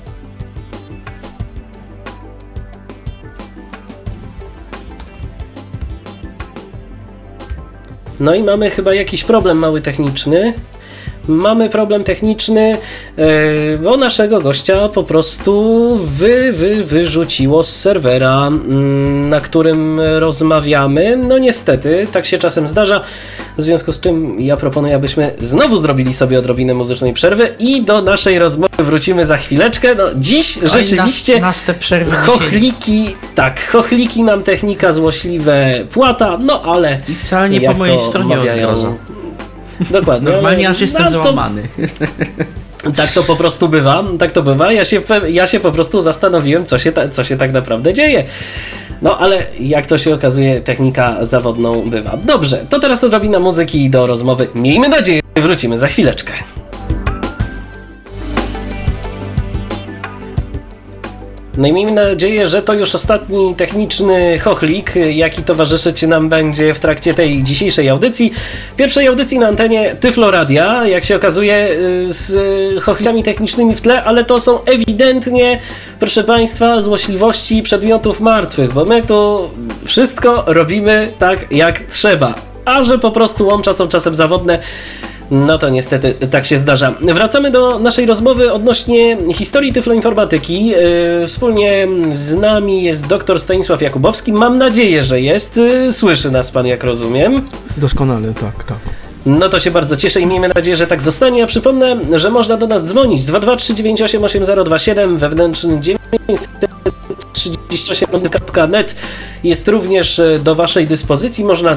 No i mamy chyba jakiś problem mały techniczny. Mamy problem techniczny, bo naszego gościa po prostu wyrzuciło z serwera, na którym rozmawiamy. No niestety, tak się czasem zdarza, w związku z czym ja proponuję, abyśmy znowu zrobili sobie odrobinę muzycznej przerwy i do naszej rozmowy wrócimy za chwileczkę. No dziś rzeczywiście nas te przerwy chochliki, tak, chochliki nam technika złośliwe płata, no ale i wcale nie po mojej stronie odgroza. Dokładnie. Normalnie aż jestem załamany. Tak to po prostu bywa, tak to bywa. Ja się po prostu zastanowiłem, co się tak naprawdę dzieje. No ale jak to się okazuje, technika zawodną bywa. Dobrze, to teraz odrobina muzyki do rozmowy. Miejmy nadzieję, że wrócimy za chwileczkę. No i miejmy nadzieję, że to już ostatni techniczny chochlik, jaki towarzyszyć nam będzie w trakcie tej dzisiejszej audycji. Pierwszej audycji na antenie Tyfloradia, jak się okazuje, z chochlikami technicznymi w tle, ale to są ewidentnie, proszę Państwa, złośliwości przedmiotów martwych, bo my tu wszystko robimy tak jak trzeba. A że po prostu łącza są czasem zawodne, No to niestety tak się zdarza. Wracamy do naszej rozmowy odnośnie historii tyfloinformatyki. Wspólnie z nami jest dr Stanisław Jakubowski. Mam nadzieję, że jest. Słyszy nas pan, jak rozumiem. Doskonale, tak. No to się bardzo cieszę i miejmy nadzieję, że tak zostanie. Ja przypomnę, że można do nas dzwonić 223988027, wewnętrzny 938.net jest również do waszej dyspozycji. Można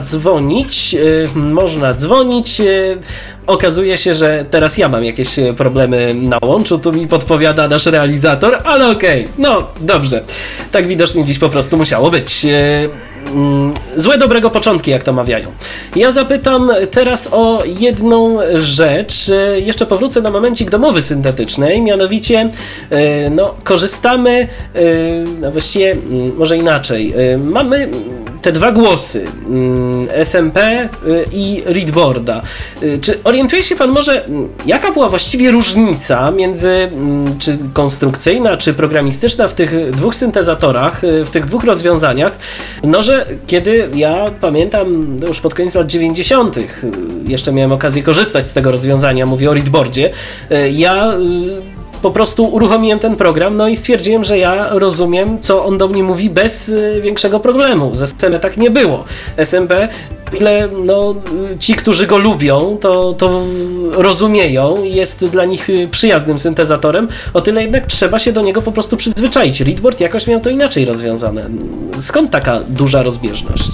dzwonić. Okazuje się, że teraz ja mam jakieś problemy na łączu, tu mi podpowiada nasz realizator, ale okej, no dobrze. Tak widocznie dziś po prostu musiało być. Złe dobrego początki, jak to mawiają. Ja zapytam teraz o jedną rzecz. Jeszcze powrócę na momencik do mowy syntetycznej, mianowicie korzystamy, właściwie może inaczej. Mamy te dwa głosy, SMP i readboarda. Czy orientuje się pan może, jaka była właściwie różnica między, czy konstrukcyjna, czy programistyczna w tych dwóch syntezatorach, w tych dwóch rozwiązaniach? No, że kiedy ja pamiętam, już pod koniec lat 90. jeszcze miałem okazję korzystać z tego rozwiązania, mówię o readboardzie, ja po prostu uruchomiłem ten program, no i stwierdziłem, że ja rozumiem, co on do mnie mówi bez większego problemu. Z SMP tak nie było. SMP, ile ci, którzy go lubią, to rozumieją i jest dla nich przyjaznym syntezatorem, o tyle jednak trzeba się do niego po prostu przyzwyczaić. Readboard jakoś miał to inaczej rozwiązane. Skąd taka duża rozbieżność?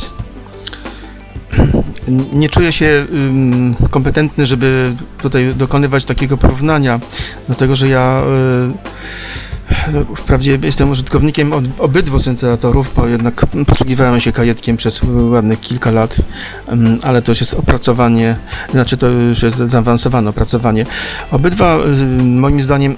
Nie czuję się kompetentny, żeby tutaj dokonywać takiego porównania, dlatego że ja wprawdzie jestem użytkownikiem obydwu syntezatorów, bo jednak posługiwałem się kajetkiem przez ładnych kilka lat, ale to już jest opracowanie, to już jest zaawansowane opracowanie. Obydwa moim zdaniem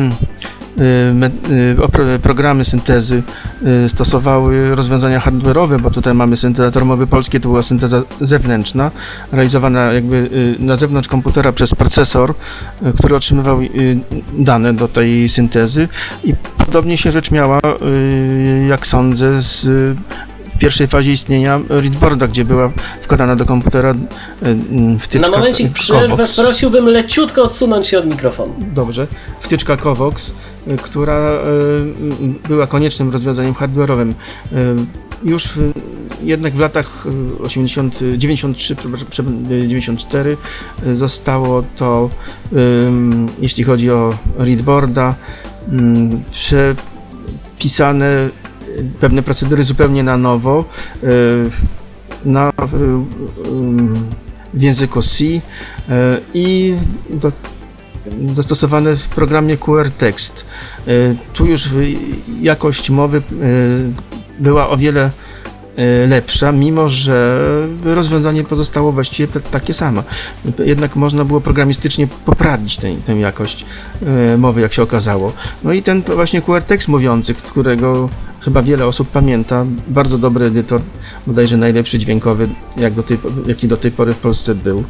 programy syntezy stosowały rozwiązania hardware'owe, bo tutaj mamy syntezator mowy polskiej, to była synteza zewnętrzna, realizowana jakby na zewnątrz komputera przez procesor, który otrzymywał dane do tej syntezy i podobnie się rzecz miała, jak sądzę, w pierwszej fazie istnienia readboarda, gdzie była wkładana do komputera wtyczka Na momencik przerwę prosiłbym leciutko odsunąć się od mikrofonu. Dobrze. Wtyczka Covox, która była koniecznym rozwiązaniem hardware'owym. Już jednak w latach 93-94 zostało to, jeśli chodzi o readboarda, przepisane pewne procedury zupełnie na nowo, w języku C i zastosowane w programie QR Text. Tu już jakość mowy była o wiele lepsza, mimo że rozwiązanie pozostało właściwie takie samo. Jednak można było programistycznie poprawić tę jakość mowy, jak się okazało. No i ten właśnie QR Text mówiący, którego chyba wiele osób pamięta, bardzo dobry edytor, bodajże najlepszy dźwiękowy, jaki do tej pory w Polsce był.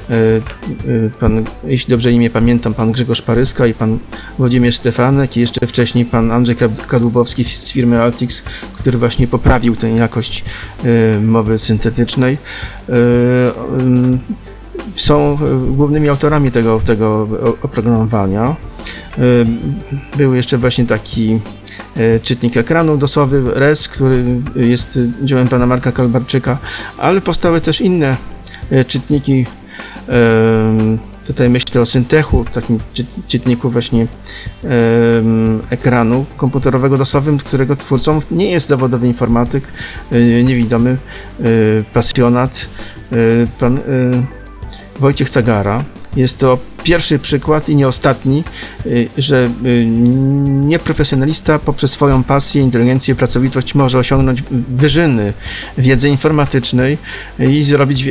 Jeśli dobrze imię pamiętam, pan Grzegorz Paryska i pan Włodzimierz Stefanek i jeszcze wcześniej pan Andrzej Kadłubowski z firmy Altix, który właśnie poprawił tę jakość mowy syntetycznej. Są głównymi autorami tego oprogramowania. Był jeszcze właśnie taki czytnik ekranu DOS-owy RES, który jest dziełem pana Marka Kalbarczyka, ale powstały też inne czytniki. Tutaj myślę o Syntechu, takim czytniku właśnie ekranu komputerowego DOS-owym, którego twórcą nie jest zawodowy informatyk, niewidomy, pasjonat, pan Wojciech Cagara. Jest to pierwszy przykład i nie ostatni, że nieprofesjonalista poprzez swoją pasję, inteligencję, pracowitość może osiągnąć wyżyny wiedzy informatycznej i zrobić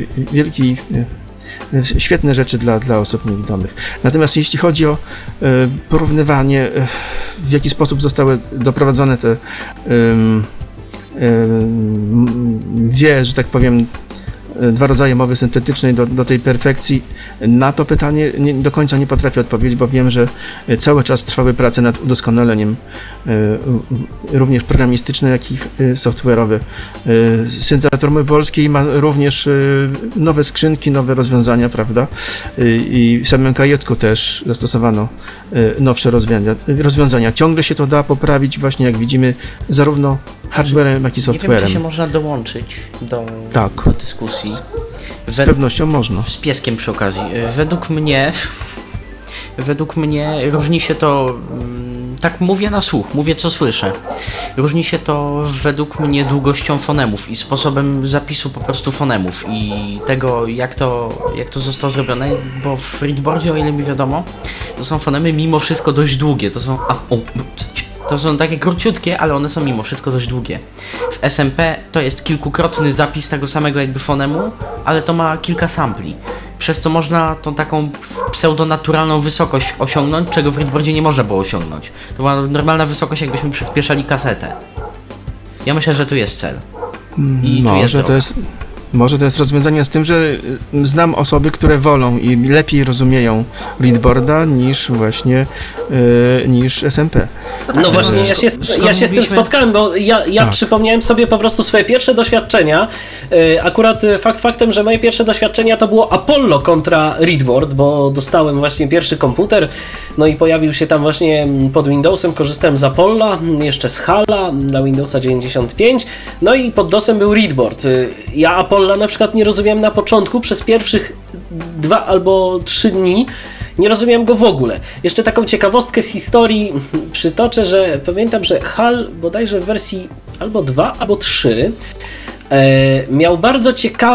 świetne rzeczy dla osób niewidomych. Natomiast jeśli chodzi o porównywanie, w jaki sposób zostały doprowadzone te dwie, że tak powiem, dwa rodzaje mowy syntetycznej do tej perfekcji. Na to pytanie do końca nie potrafię odpowiedzieć, bo wiem, że cały czas trwały prace nad udoskonaleniem również programistyczne, jak i software'owe. Syntezator Mowy Polskiej ma również nowe skrzynki, nowe rozwiązania, prawda? I w samym kajetku też zastosowano nowsze rozwiązania. Ciągle się to da poprawić, właśnie jak widzimy, zarówno hardwarem, jak i softwarem. Nie wiem, czy się można dołączyć do dyskusji. Z pewnością można. Z pieskiem przy okazji. Według mnie różni się to, tak mówię na słuch, mówię co słyszę. Różni się to według mnie długością fonemów i sposobem zapisu po prostu fonemów i tego jak to zostało zrobione, bo w readboardzie, o ile mi wiadomo, to są fonemy mimo wszystko dość długie, to są takie króciutkie, ale one są mimo wszystko dość długie. W SMP to jest kilkukrotny zapis tego samego jakby fonemu, ale to ma kilka sampli. Przez co można tą taką pseudonaturalną wysokość osiągnąć, czego w readboardzie nie można było osiągnąć. To była normalna wysokość, jakbyśmy przyspieszali kasetę. Ja myślę, że tu jest cel. I Może to jest rozwiązanie z tym, że znam osoby, które wolą i lepiej rozumieją readboarda niż właśnie niż SMP. No właśnie, ja się z tym spotkałem, bo ja przypomniałem sobie po prostu swoje pierwsze doświadczenia. Akurat faktem, że moje pierwsze doświadczenia to było Apollo kontra readboard, bo dostałem właśnie pierwszy komputer, no i pojawił się tam właśnie pod Windowsem, korzystałem z Apollo, jeszcze z HAL-a na Windowsa 95, no i pod DOSem był readboard. Ja Apollo na przykład nie rozumiałem na początku, przez pierwszych 2 albo 3 dni nie rozumiałem go w ogóle. Jeszcze taką ciekawostkę z historii przytoczę, że pamiętam, że HAL bodajże w wersji albo 2, albo 3 miał bardzo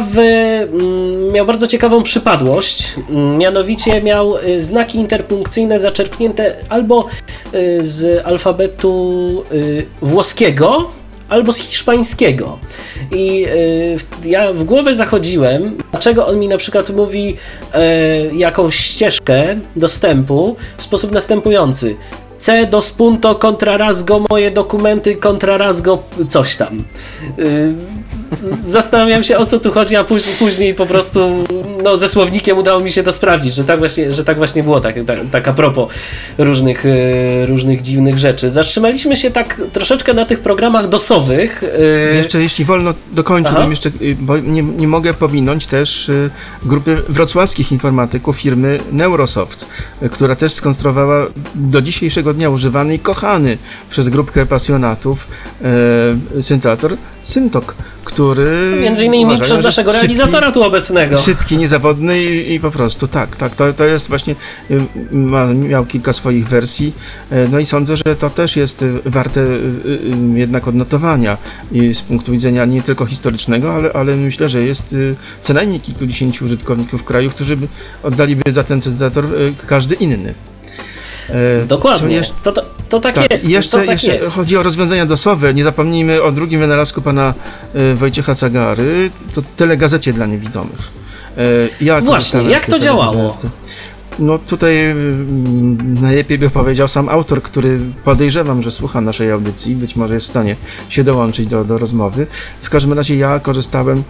ciekawą przypadłość, mianowicie miał znaki interpunkcyjne zaczerpnięte albo z alfabetu włoskiego, albo z hiszpańskiego. I ja w głowę zachodziłem, dlaczego on mi na przykład mówi jakąś ścieżkę dostępu w sposób następujący. C dos punto contra rasgo moje dokumenty contra rasgo coś tam. Zastanawiam się, o co tu chodzi, a później po prostu ze słownikiem udało mi się to sprawdzić, że tak właśnie było, tak a propos różnych dziwnych rzeczy. Zatrzymaliśmy się tak troszeczkę na tych programach DOS-owych. Jeszcze jeśli wolno dokończyłbym jeszcze, bo nie mogę pominąć też grupy wrocławskich informatyków firmy Neurosoft, która też skonstruowała do dzisiejszego dnia używany i kochany przez grupkę pasjonatów syntezator Syntok, który między innymi przez naszego realizatora tu obecnego. Szybki, niezawodny i po prostu to jest właśnie, miał kilka swoich wersji, no i sądzę, że to też jest warte jednak odnotowania i z punktu widzenia nie tylko historycznego, ale myślę, że jest co najmniej kilkudziesięciu użytkowników w kraju, którzy oddaliby za ten syntezator każdy inny. Dokładnie, to tak jest. Jeszcze chodzi o rozwiązania DOS-owe. Nie zapomnijmy o drugim wynalazku pana Wojciecha Cagary, to telegazecie dla niewidomych. Właśnie, jak to działało? No tutaj najlepiej by powiedział sam autor, który podejrzewam, że słucha naszej audycji, być może jest w stanie się dołączyć do rozmowy. W każdym razie ja korzystałem,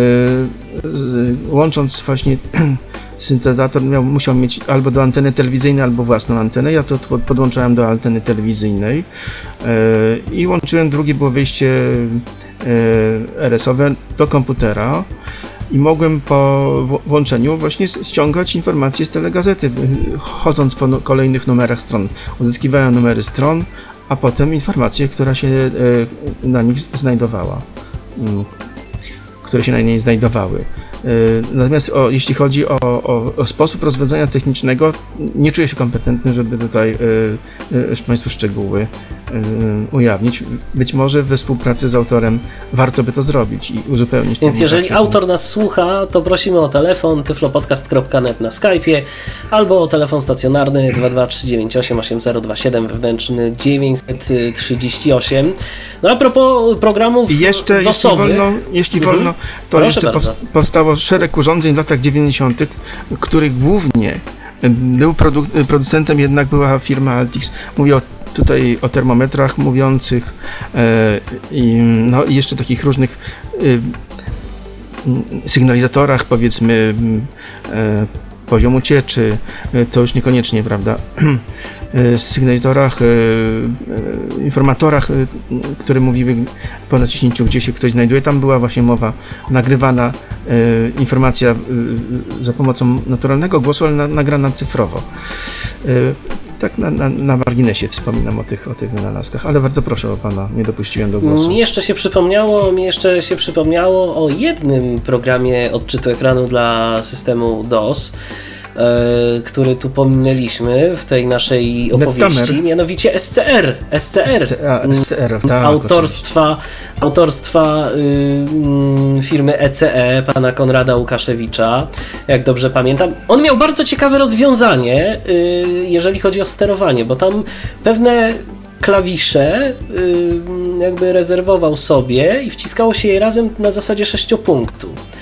łącząc właśnie syntezator musiał mieć albo do anteny telewizyjnej, albo własną antenę. Ja to podłączałem do anteny telewizyjnej i łączyłem, drugie było wyjście RS-owe do komputera i mogłem po włączeniu właśnie ściągać informacje z telegazety, chodząc po kolejnych numerach stron. Uzyskiwałem numery stron, a potem informacje, która się na nich znajdowała, które się na niej znajdowały. Natomiast jeśli chodzi o sposób rozwiązania technicznego, nie czuję się kompetentny, żeby tutaj Państwu szczegóły ujawnić. Być może we współpracy z autorem warto by to zrobić i uzupełnić. Więc jeżeli autor nas słucha, to prosimy o telefon tyflopodcast.net na Skype'ie albo o telefon stacjonarny 22398 8027 wewnętrzny 938. No a propos programów jeszcze, DOS-owych, jeśli wolno, to proszę jeszcze powstało szereg urządzeń w latach 90., których głównie był producentem, jednak była firma Altix. Mówię tutaj o termometrach mówiących i jeszcze takich różnych sygnalizatorach, powiedzmy, poziomu cieczy, to już niekoniecznie, prawda, sygnalizatorach, informatorach, które mówiły po naciśnięciu, gdzie się ktoś znajduje. Tam była właśnie mowa, nagrywana informacja za pomocą naturalnego głosu, ale nagrana cyfrowo. Tak na marginesie wspominam o tych wynalazkach, ale bardzo proszę o pana, nie dopuściłem do głosu. Mi jeszcze się przypomniało o jednym programie odczytu ekranu dla systemu DOS, który tu pominęliśmy w tej naszej opowieści, mianowicie SCR, tak, autorstwa firmy ECE, pana Konrada Łukaszewicza, jak dobrze pamiętam. On miał bardzo ciekawe rozwiązanie, jeżeli chodzi o sterowanie, bo tam pewne klawisze jakby rezerwował sobie i wciskało się je razem na zasadzie 6 punktów.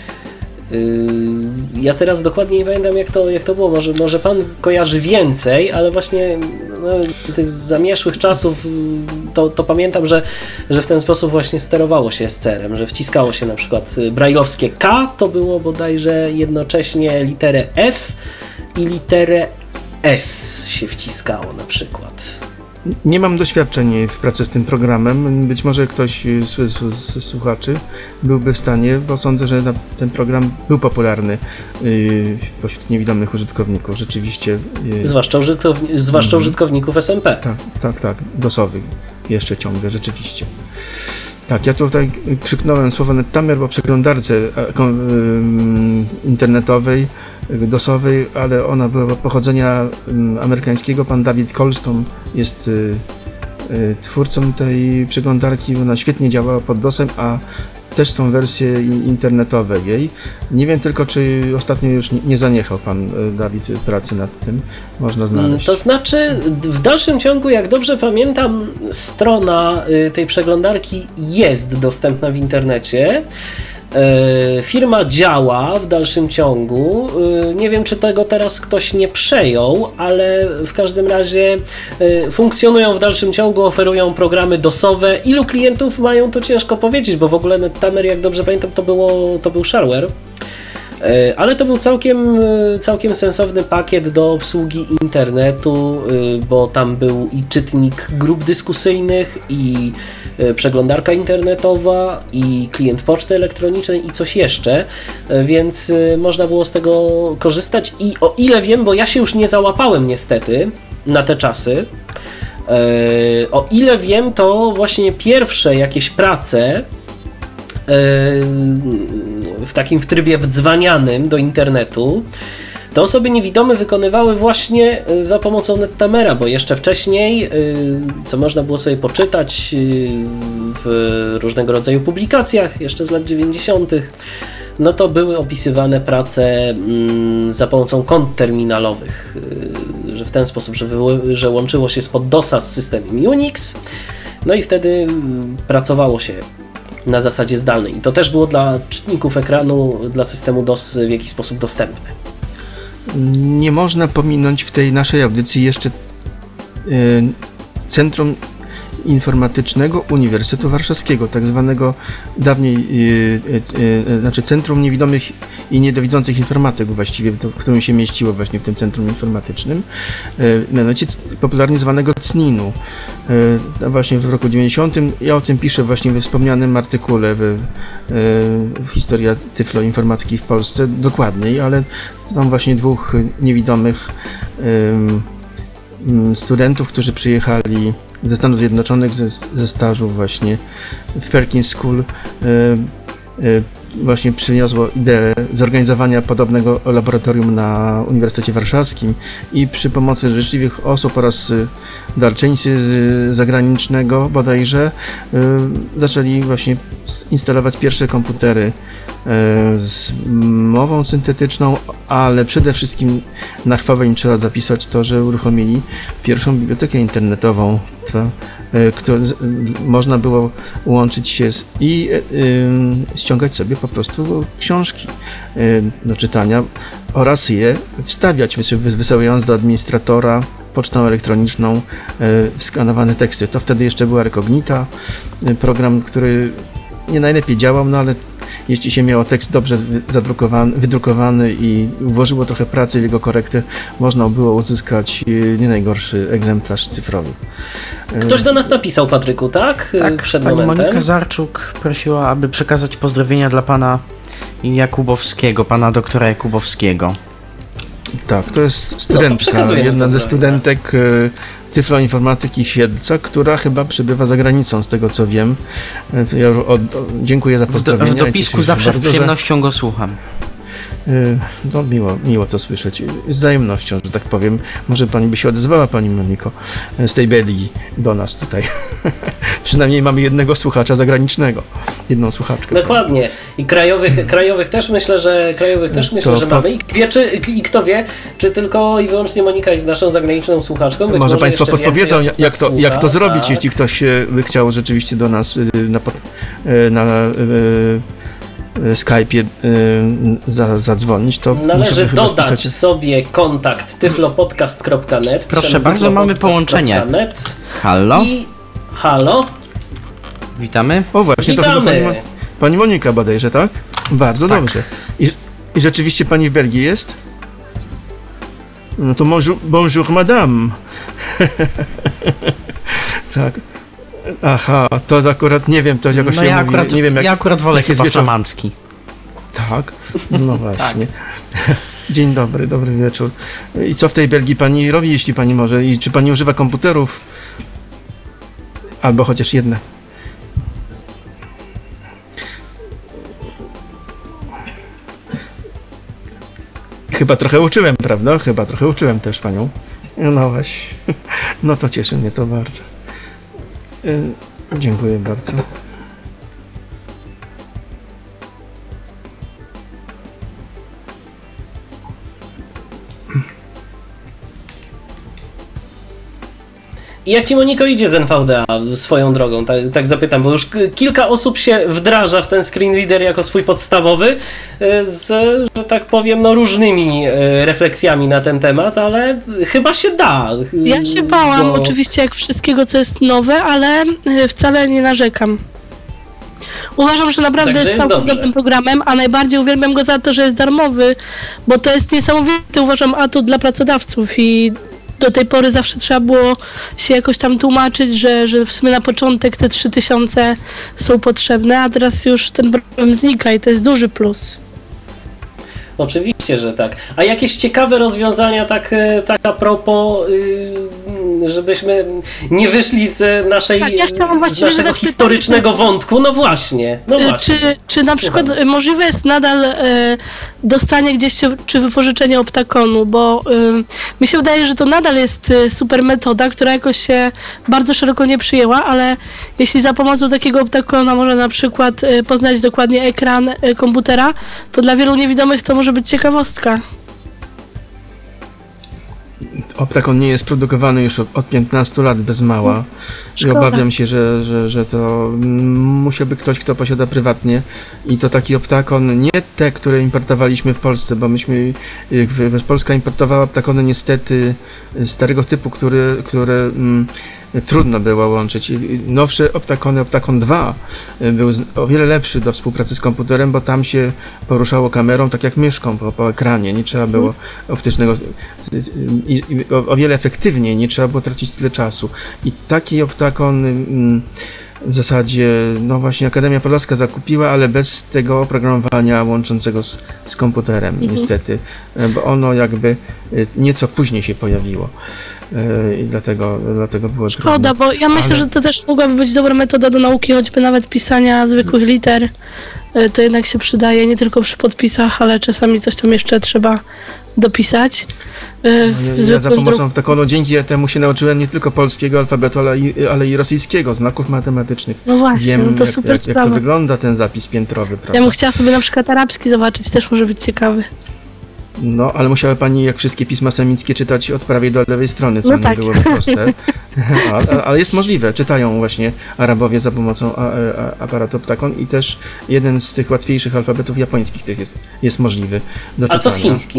Ja teraz dokładnie nie pamiętam jak to było, może pan kojarzy więcej, ale właśnie z tych zamieszłych czasów to pamiętam, że w ten sposób właśnie sterowało się SCR-em, że wciskało się na przykład brajlowskie K, to było bodajże jednocześnie literę F i literę S się wciskało na przykład. Nie mam doświadczeń w pracy z tym programem. Być może ktoś z słuchaczy byłby w stanie, bo sądzę, że ten program był popularny pośród niewidomych użytkowników. Rzeczywiście. Zwłaszcza użytkowników SMP. Tak. DOS-owych jeszcze ciągle, rzeczywiście. Tak, ja tutaj krzyknąłem słowo Nettamer, bo przeglądarce internetowej, DOS-owej, ale ona była pochodzenia amerykańskiego. Pan David Colston jest twórcą tej przeglądarki. Ona świetnie działała pod DOS-em, a też są wersje internetowe jej. Nie wiem tylko, czy ostatnio już nie zaniechał pan Dawid pracy nad tym. Można znaleźć. To znaczy, w dalszym ciągu, jak dobrze pamiętam, strona tej przeglądarki jest dostępna w internecie. Firma działa w dalszym ciągu. Nie wiem, czy tego teraz ktoś nie przejął, ale w każdym razie funkcjonują w dalszym ciągu, oferują programy DOS-owe. Ilu klientów mają, to ciężko powiedzieć, bo w ogóle Nettamer, jak dobrze pamiętam, to był shareware. Ale to był całkiem sensowny pakiet do obsługi internetu, bo tam był i czytnik grup dyskusyjnych, i przeglądarka internetowa, i klient poczty elektronicznej, i coś jeszcze, więc można było z tego korzystać. I o ile wiem, bo ja się już nie załapałem niestety na te czasy, o ile wiem, to właśnie pierwsze jakieś prace w trybie wdzwanianym do internetu, to osoby niewidome wykonywały właśnie za pomocą Nettamera, bo jeszcze wcześniej, co można było sobie poczytać w różnego rodzaju publikacjach, jeszcze z lat 90., no to były opisywane prace za pomocą kont terminalowych, że w ten sposób, że łączyło się spod DOS-a z systemem Unix, no i wtedy pracowało się na zasadzie zdalnej. I to też było dla czytników ekranu, dla systemu DOS w jakiś sposób dostępne. Nie można pominąć w tej naszej audycji jeszcze Centrum Informatycznego Uniwersytetu Warszawskiego, tak zwanego dawniej, znaczy Centrum Niewidomych i Niedowidzących Informatyków właściwie, w którym się mieściło właśnie w tym Centrum Informatycznym, mianowicie popularnie zwanego CNIN-u. Właśnie w roku 90. ja o tym piszę właśnie we wspomnianym artykule w Historia Tyfloinformatyki w Polsce dokładniej, ale tam właśnie dwóch niewidomych studentów, którzy przyjechali ze Stanów Zjednoczonych ze stażu właśnie w Perkins School, właśnie przyniosło ideę zorganizowania podobnego laboratorium na Uniwersytecie Warszawskim i przy pomocy życzliwych osób oraz darczyńcy z zagranicznego bodajże zaczęli właśnie instalować pierwsze komputery z mową syntetyczną, ale przede wszystkim na chwałę im trzeba zapisać to, że uruchomili pierwszą bibliotekę internetową, można było łączyć się i ściągać sobie po prostu książki do czytania oraz je wstawiać, wysyłając do administratora pocztą elektroniczną skanowane teksty. To wtedy jeszcze była Recognita, program, który nie najlepiej działał, no ale jeśli się miało tekst dobrze wydrukowany i włożyło trochę pracy w jego korektę, można było uzyskać nie najgorszy egzemplarz cyfrowy. Ktoś do nas napisał, Patryku, tak? Tak, Przed pani momentem. Monika Zarczuk prosiła, aby przekazać pozdrowienia dla pana Jakubowskiego, pana doktora Jakubowskiego. Tak, to jest studentka, przekazujemy jedna ze pozdrowienia. studentek Tyfloinformatyki Siedlca, która chyba przebywa za granicą, z tego co wiem. Ja dziękuję za pozdrowienia. W dopisku zawsze z przyjemnością go słucham. No miło to słyszeć. Z wzajemnością, że tak powiem. Może pani by się odezwała, pani Moniko, z tej Belgii do nas tutaj. Przynajmniej mamy jednego słuchacza zagranicznego. Jedną słuchaczkę. Dokładnie. I krajowych też myślę, że mamy. I kto wie, czy tylko i wyłącznie Monika jest naszą zagraniczną słuchaczką. Być Może państwo jeszcze podpowiedzą, więcej osób jak to słucha, zrobić, tak. jeśli ktoś by chciał rzeczywiście do nas na Skype'ie zadzwonić, to Należy chyba dodać wpisać... sobie kontakt tyflopodcast.net. Proszę bardzo, mamy połączenie. Halo? Halo? Witamy. O właśnie, to chyba Witamy. pani Monika bodajże, tak? Bardzo Tak. dobrze. I rzeczywiście pani w Belgii jest? No to bonjour madame. Tak. Aha, to akurat nie wiem, to jakoś No się ja mówi, akurat, nie wiem jak... ja akurat wolę jak jest chyba wieczór. flamandzki. Tak, no właśnie. Dzień dobry, dobry wieczór. I co w tej Belgii pani robi, jeśli pani może? I czy pani używa komputerów? Albo chociaż jedna. Chyba trochę uczyłem, prawda? Chyba trochę uczyłem też panią. No właśnie. No to cieszy mnie to bardzo. Dziękuję bardzo. I jak ci, Moniko, idzie z NVDA swoją drogą? Tak zapytam, bo już kilka osób się wdraża w ten screen reader jako swój podstawowy z, że tak powiem, no różnymi refleksjami na ten temat, ale chyba się da. Ja się bałam oczywiście jak wszystkiego, co jest nowe, ale wcale nie narzekam. Uważam, że naprawdę Także jest jest całkiem dobrze. dobrym programem, a najbardziej uwielbiam go za to, że jest darmowy, bo to jest niesamowity, uważam, atut dla pracodawców i do tej pory zawsze trzeba było się jakoś tam tłumaczyć, że w sumie na początek te 3000 są potrzebne, a teraz już ten problem znika i to jest duży plus. Oczywiście, że tak. A jakieś ciekawe rozwiązania, tak a propos, żebyśmy nie wyszli z naszej, Tak, ja chciałam z właściwie naszego zadać historycznego wątku. No właśnie. Czy na przykład możliwe jest nadal dostanie gdzieś czy wypożyczenie Optakonu, bo mi się wydaje, że to nadal jest super metoda, która jakoś się bardzo szeroko nie przyjęła, ale jeśli za pomocą takiego Optakona można na przykład poznać dokładnie ekran komputera, to dla wielu niewidomych to może być ciekawostka. Optakon nie jest produkowany już od 15 lat bez mała. I Szkoda. obawiam się, że to musiałby ktoś, kto posiada prywatnie. I to taki Optakon, nie te, które importowaliśmy w Polsce, bo Polska importowała Optakony niestety starego typu, które trudno było łączyć. Nowsze Optakony, Optakon 2 był o wiele lepszy do współpracy z komputerem, bo tam się poruszało kamerą tak jak myszką po ekranie. Nie trzeba było optycznego i o wiele efektywniej, nie trzeba było tracić tyle czasu. I taki Optakon w zasadzie, no właśnie Akademia Podlaska zakupiła, ale bez tego oprogramowania łączącego z komputerem, niestety, bo ono jakby nieco później się pojawiło. I dlatego było Szkoda, bo ja myślę, że to też mogłaby być dobra metoda do nauki, choćby nawet pisania zwykłych liter. To jednak się przydaje nie tylko przy podpisach, ale czasami coś tam jeszcze trzeba dopisać. Ja za pomocą Optakonu dzięki temu się nauczyłem nie tylko polskiego alfabetu, ale i rosyjskiego, znaków matematycznych. No właśnie, Wiem, no to super jak sprawa. to wygląda ten zapis piętrowy, prawda? Ja bym chciała sobie na przykład arabski zobaczyć, też może być ciekawy. No, ale musiała pani jak wszystkie pisma semickie czytać od prawej do lewej strony, co No nie tak. byłoby proste. Ale jest możliwe, czytają właśnie Arabowie za pomocą aparatu Optakon i też jeden z tych łatwiejszych alfabetów japońskich jest możliwy do czytania. A co z chińskim?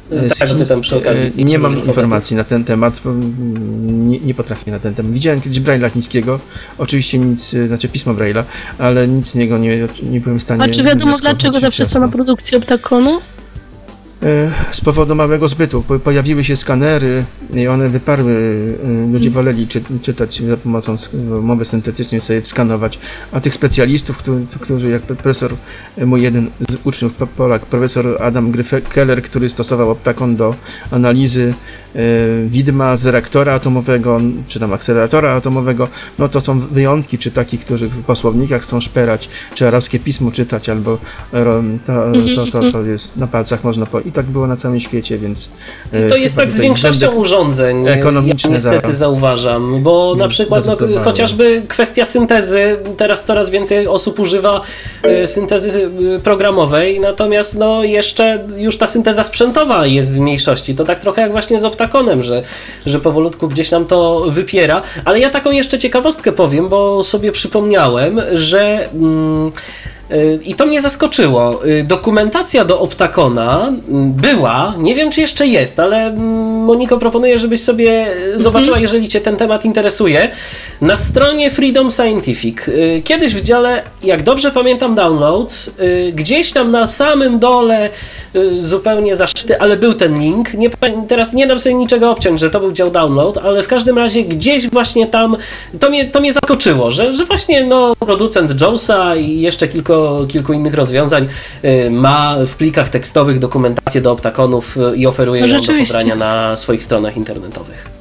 Tak, pytam przy okazji. Nie mam informacji na ten temat, bo nie potrafię na ten temat. Widziałem kiedyś Braille'a chińskiego, oczywiście nic, znaczy pismo Braille'a, ale nic z niego nie byłem w stanie... A czy wiadomo dlaczego zaprzestano produkcji optakonu? Z powodu małego zbytu. Pojawiły się skanery i one wyparły. Ludzie woleli czytać za pomocą mowy syntetycznej, sobie skanować. A tych specjalistów, którzy jak profesor, mój jeden z uczniów, Polak, profesor Adam Keller, który stosował optakon do analizy widma z reaktora atomowego, czy tam akceleratora atomowego, no to są wyjątki, czy takich, którzy po słownikach chcą szperać, czy arabskie pismo czytać, albo to jest na palcach można i tak było na całym świecie, więc... To jest tak z większością urządzeń, ja niestety zauważam, bo na przykład chociażby kwestia syntezy, teraz coraz więcej osób używa syntezy programowej, natomiast no jeszcze już ta synteza sprzętowa jest w mniejszości, to tak trochę jak właśnie z optakonem, że powolutku gdzieś nam to wypiera, ale ja taką jeszcze ciekawostkę powiem, bo sobie przypomniałem, że... I to mnie zaskoczyło. Dokumentacja do optakona była, nie wiem czy jeszcze jest, ale Moniko, proponuję, żebyś sobie zobaczyła, jeżeli cię ten temat interesuje, na stronie Freedom Scientific. Kiedyś w dziale, jak dobrze pamiętam, download, gdzieś tam na samym dole, zupełnie zaszyty, ale był ten link. Teraz nie dam sobie niczego obciąć, że to był dział download, ale w każdym razie gdzieś właśnie tam, to mnie zaskoczyło, że właśnie no, producent JAWSa i jeszcze kilku innych rozwiązań ma w plikach tekstowych dokumentację do optakonów i oferuje ją do pobrania na swoich stronach internetowych.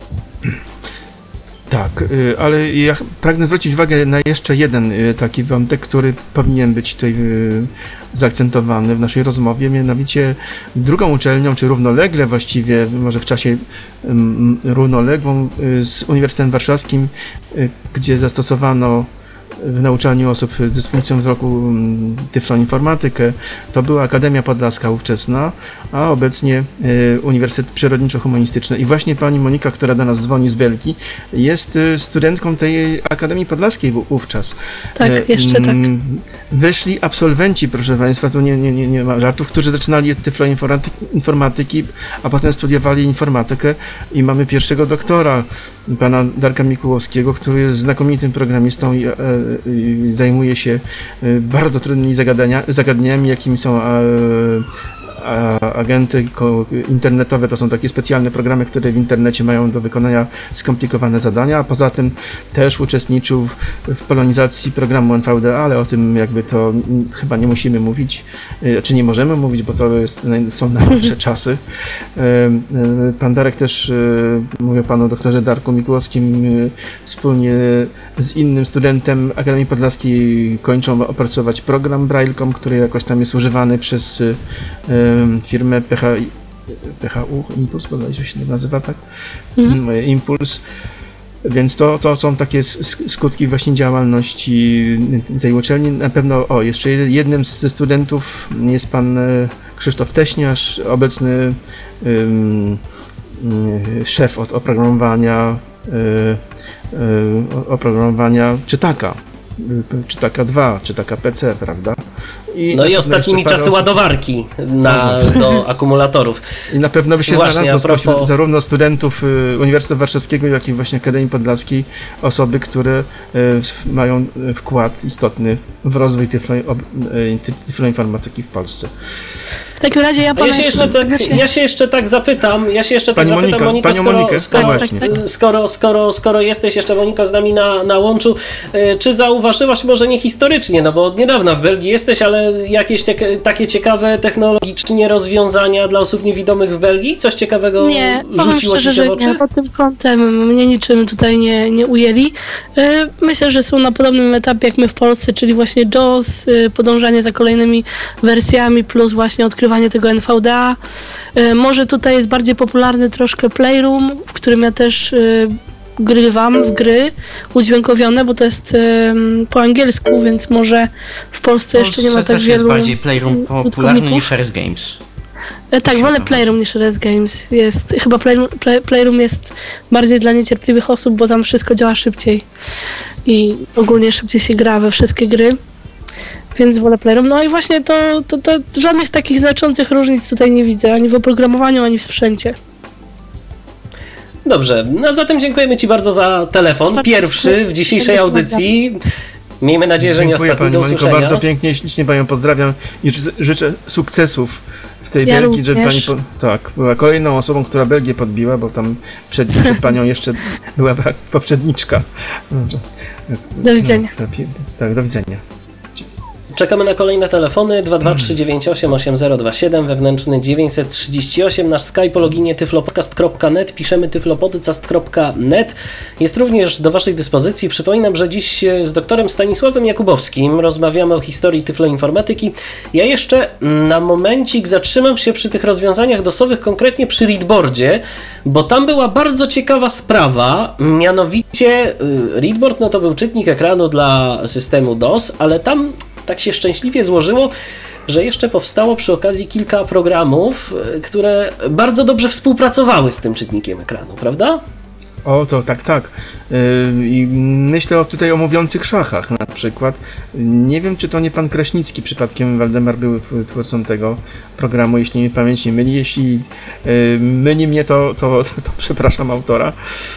Tak, ale ja pragnę zwrócić uwagę na jeszcze jeden taki wątek, który powinien być tutaj zaakcentowany w naszej rozmowie, mianowicie drugą uczelnią, czy równolegle właściwie, może w czasie równoległą z Uniwersytetem Warszawskim, gdzie zastosowano w nauczaniu osób z dysfunkcją wzroku tyfloinformatykę, to była Akademia Podlaska ówczesna, a obecnie Uniwersytet Przyrodniczo-Humanistyczny. I właśnie pani Monika, która do nas dzwoni z Belgii, jest studentką tej Akademii Podlaskiej wówczas. Tak, jeszcze tak. Wyszli absolwenci, proszę państwa, tu nie ma żartów, którzy zaczynali od tyfloinformatyki, a potem studiowali informatykę i mamy pierwszego doktora, pana Darka Mikułowskiego, który jest znakomitym programistą i zajmuje się bardzo trudnymi zagadnieniami, jakimi są agenty internetowe. To są takie specjalne programy, które w internecie mają do wykonania skomplikowane zadania, a poza tym też uczestniczył w polonizacji programu NVDA, ale o tym jakby to chyba nie musimy mówić, czy nie możemy mówić, bo to są najlepsze czasy. Pan Darek też, mówię panu doktorze Darku Mikułowskim, wspólnie z innym studentem Akademii Podlaskiej kończą opracować program Braille.com, który jakoś tam jest używany przez firmę PHU, Impuls, bodajże się nazywa, tak? Impuls. Więc to są takie skutki właśnie działalności tej uczelni. Na pewno, jeszcze jednym ze studentów jest pan Krzysztof Teśniarz, obecny szef od oprogramowania Czytaka 2, Czytaka PC, prawda? No i ostatnimi czasy ładowarki do akumulatorów. I na pewno by się znalazło spośród zarówno studentów Uniwersytetu Warszawskiego, jak i właśnie Akademii Podlaskiej osoby, które mają wkład istotny w rozwój tyfloinformatyki w Polsce. W takim razie ja się jeszcze tak zapytam, Moniko, skoro jesteś jeszcze, Moniko, z nami na łączu, czy zauważyłaś, może nie historycznie, no bo od niedawna w Belgii jesteś, ale jakieś takie ciekawe technologicznie rozwiązania dla osób niewidomych w Belgii? Coś ciekawego rzuciło ci się w oczy? Nie, pod tym kątem mnie niczym tutaj nie ujęli. Myślę, że są na podobnym etapie jak my w Polsce, czyli właśnie JAWS, podążanie za kolejnymi wersjami, plus właśnie odkrywanie tego NVDA. Może tutaj jest bardziej popularny troszkę Playroom, w którym ja też grywam w gry udźwiękowione, bo to jest po angielsku, więc może w Polsce jeszcze nie ma tak wielu jest bardziej Playroom popularny niż RS Games. Tak, wolę Playroom niż RS Games. Chyba Playroom jest bardziej dla niecierpliwych osób, bo tam wszystko działa szybciej i ogólnie szybciej się gra we wszystkie gry. Więc wolę Playroom. No i właśnie to żadnych takich znaczących różnic tutaj nie widzę, ani w oprogramowaniu, ani w sprzęcie. Dobrze, no zatem dziękujemy Ci bardzo za telefon. Pierwszy w dzisiejszej audycji. Miejmy nadzieję, że nie ostatni. Pani do Moniko, usłyszenia. bardzo pięknie, ślicznie Panią pozdrawiam i życzę sukcesów w tej Belgii, żeby Pani była kolejną osobą, która Belgię podbiła, bo tam przed Panią jeszcze była poprzedniczka. Dobrze. Do widzenia. Tak, do widzenia. Czekamy na kolejne telefony 223988027, wewnętrzny 938, nasz Skype o loginie tyflopodcast.net, piszemy tyflopodcast.net. Jest również do Waszej dyspozycji. Przypominam, że dziś z doktorem Stanisławem Jakubowskim rozmawiamy o historii tyfloinformatyki. Ja jeszcze na momencik zatrzymam się przy tych rozwiązaniach DOS-owych, konkretnie przy Readboardzie, bo tam była bardzo ciekawa sprawa, mianowicie Readboard no to był czytnik ekranu dla systemu DOS, ale tam tak się szczęśliwie złożyło, że jeszcze powstało przy okazji kilka programów, które bardzo dobrze współpracowały z tym czytnikiem ekranu, prawda? O, to tak. I myślę tutaj o mówiących szachach na przykład. Nie wiem, czy to nie pan Kraśnicki przypadkiem, Waldemar, był twórcą tego programu, jeśli mnie pamięć nie myli. Jeśli myli mnie, to przepraszam autora.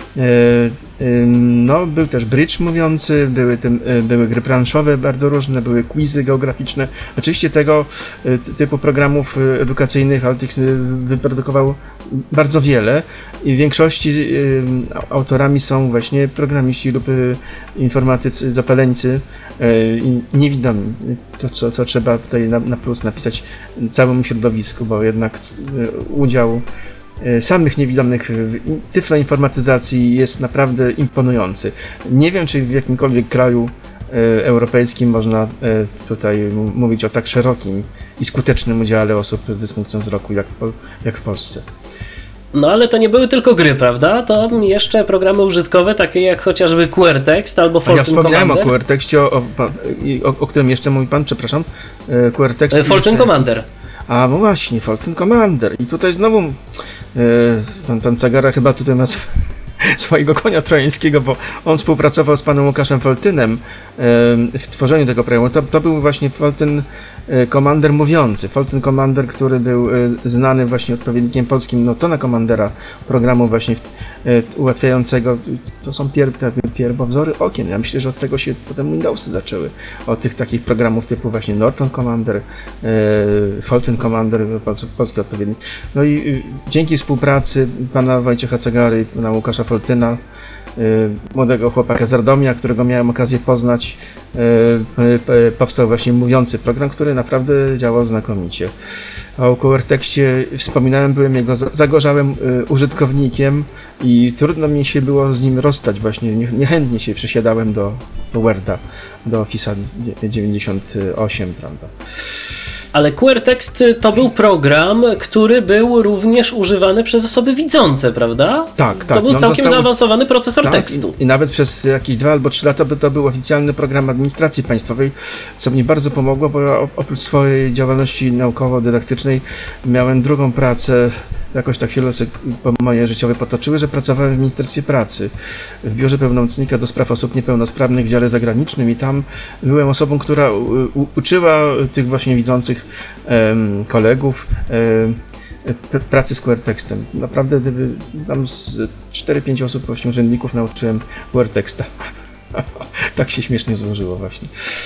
No, był też bridge mówiący, były gry planszowe bardzo różne, były quizy geograficzne. Oczywiście tego typu programów edukacyjnych Altix wyprodukował bardzo wiele i w większości autorami są właśnie programiści lub informatycy, zapaleńcy niewidomi, to co trzeba tutaj na plus napisać całemu środowisku, bo jednak udział samych niewidomych w tyfloinformatyzacji jest naprawdę imponujący. Nie wiem, czy w jakimkolwiek kraju europejskim można tutaj mówić o tak szerokim i skutecznym udziale osób z dysfunkcją wzroku jak w Polsce. No ale to nie były tylko gry, prawda? To jeszcze programy użytkowe, takie jak chociażby QWERTEXT albo Fortune Commander. Ja wspomniałem o QWERTEXcie, o którym jeszcze mówi pan, przepraszam. QWERTEXT Fortune Commander. A no właśnie, Fortune Commander. I tutaj znowu pan Cagara chyba tutaj ma swojego konia trojańskiego, bo on współpracował z panem Łukaszem Foltynem w tworzeniu tego programu. To był właśnie Fortune Commander mówiący. Fortune Commander, który był znany właśnie odpowiednikiem polskim Notona Commandera, programu właśnie ułatwiającego, to są pierwowzory okien. Ja myślę, że od tego się potem Windowsy zaczęły. Od tych takich programów typu właśnie Norton Commander, Fortune Commander, polski odpowiednik. No i dzięki współpracy pana Wojciecha Cagary i pana Łukasza Foltyna, młodego chłopaka z Radomia, którego miałem okazję poznać, powstał właśnie mówiący program, który naprawdę działał znakomicie. A o QWERTEXcie wspominałem, byłem jego zagorzałym użytkownikiem i trudno mi się było z nim rozstać, właśnie niechętnie się przesiadałem do Worda, do Office'a 98, prawda. Ale QWERTEXT to był program, który był również używany przez osoby widzące, prawda? Tak. To był całkiem zaawansowany procesor tekstu. I nawet przez jakieś 2 albo 3 lata to był oficjalny program administracji państwowej, co mi bardzo pomogło, bo ja oprócz swojej działalności naukowo-dydaktycznej miałem drugą pracę. Jakoś tak się losy moje życiowe potoczyły, że pracowałem w Ministerstwie Pracy, w Biurze Pełnomocnika do Spraw Osób Niepełnosprawnych w dziale zagranicznym i tam byłem osobą, która uczyła tych właśnie widzących kolegów pracy z QWERTEXtem. Naprawdę tam z 4-5 osób, właśnie urzędników nauczyłem QWERTEXta. Tak się śmiesznie złożyło właśnie.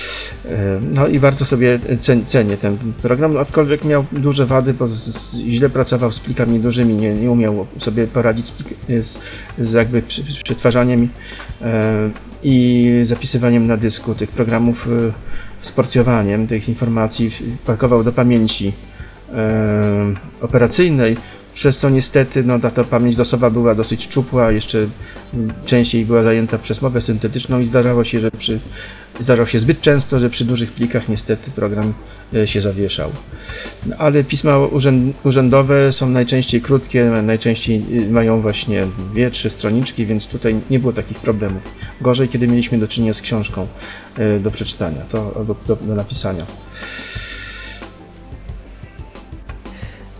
No i bardzo sobie cenię ten program, aczkolwiek miał duże wady, bo źle pracował z plikami dużymi, nie umiał sobie poradzić z jakby przetwarzaniem i zapisywaniem na dysku tych programów, z porcjowaniem tych informacji, pakował do pamięci operacyjnej, przez co niestety ta pamięć DOS-owa była dosyć szczupła, jeszcze częściej była zajęta przez mowę syntetyczną i zdarzało się zbyt często, że przy dużych plikach niestety program się zawieszał. Ale pisma urzędowe są najczęściej krótkie, najczęściej mają właśnie 2-3 stroniczki, więc tutaj nie było takich problemów. Gorzej, kiedy mieliśmy do czynienia z książką do przeczytania albo do napisania.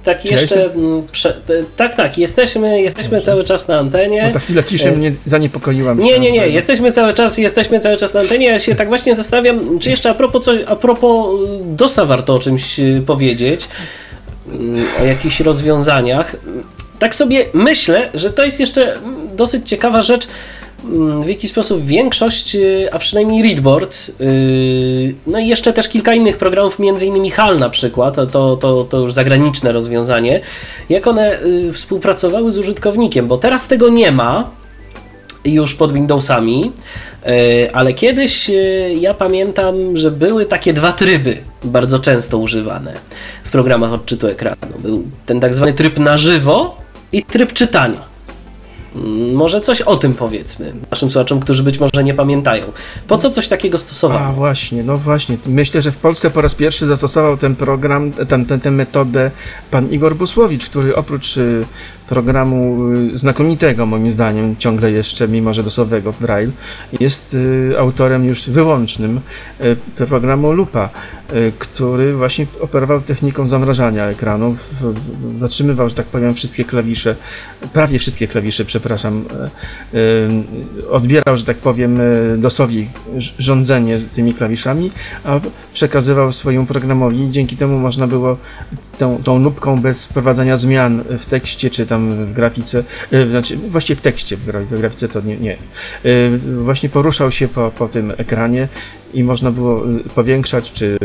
Tak, jeszcze. Tak, jesteśmy cały czas na antenie. No, ta chwila ciszy mnie zaniepokoiła. Nie, jesteśmy cały czas na antenie. Ja się tak właśnie zastanawiam, czy jeszcze a propos DOS-a warto o czymś powiedzieć, o jakichś rozwiązaniach. Tak sobie myślę, że to jest jeszcze dosyć ciekawa rzecz, w jaki sposób większość, a przynajmniej Readboard, no i jeszcze też kilka innych programów, między innymi HAL na przykład, to już zagraniczne rozwiązanie, jak one współpracowały z użytkownikiem, bo teraz tego nie ma już pod Windowsami, ale kiedyś ja pamiętam, że były takie dwa tryby bardzo często używane w programach odczytu ekranu. Był ten tak zwany tryb na żywo i tryb czytania. Może coś o tym powiedzmy naszym słuchaczom, którzy być może nie pamiętają. Po co coś takiego stosowano? Właśnie. Myślę, że w Polsce po raz pierwszy zastosował ten program, tę metodę pan Igor Busłowicz, który oprócz programu znakomitego, moim zdaniem, ciągle jeszcze, mimo że dosowego Braille, jest autorem już wyłącznym programu Lupa, który właśnie operował techniką zamrażania ekranu, zatrzymywał, że tak powiem, prawie wszystkie klawisze, odbierał, że tak powiem, DOS-owi rządzenie tymi klawiszami, a przekazywał swojemu programowi. Dzięki temu można było tą lupką bez wprowadzania zmian w tekście, czy tam w grafice, właściwie w tekście, w grafice to nie. Właśnie poruszał się po tym ekranie i można było powiększać, czy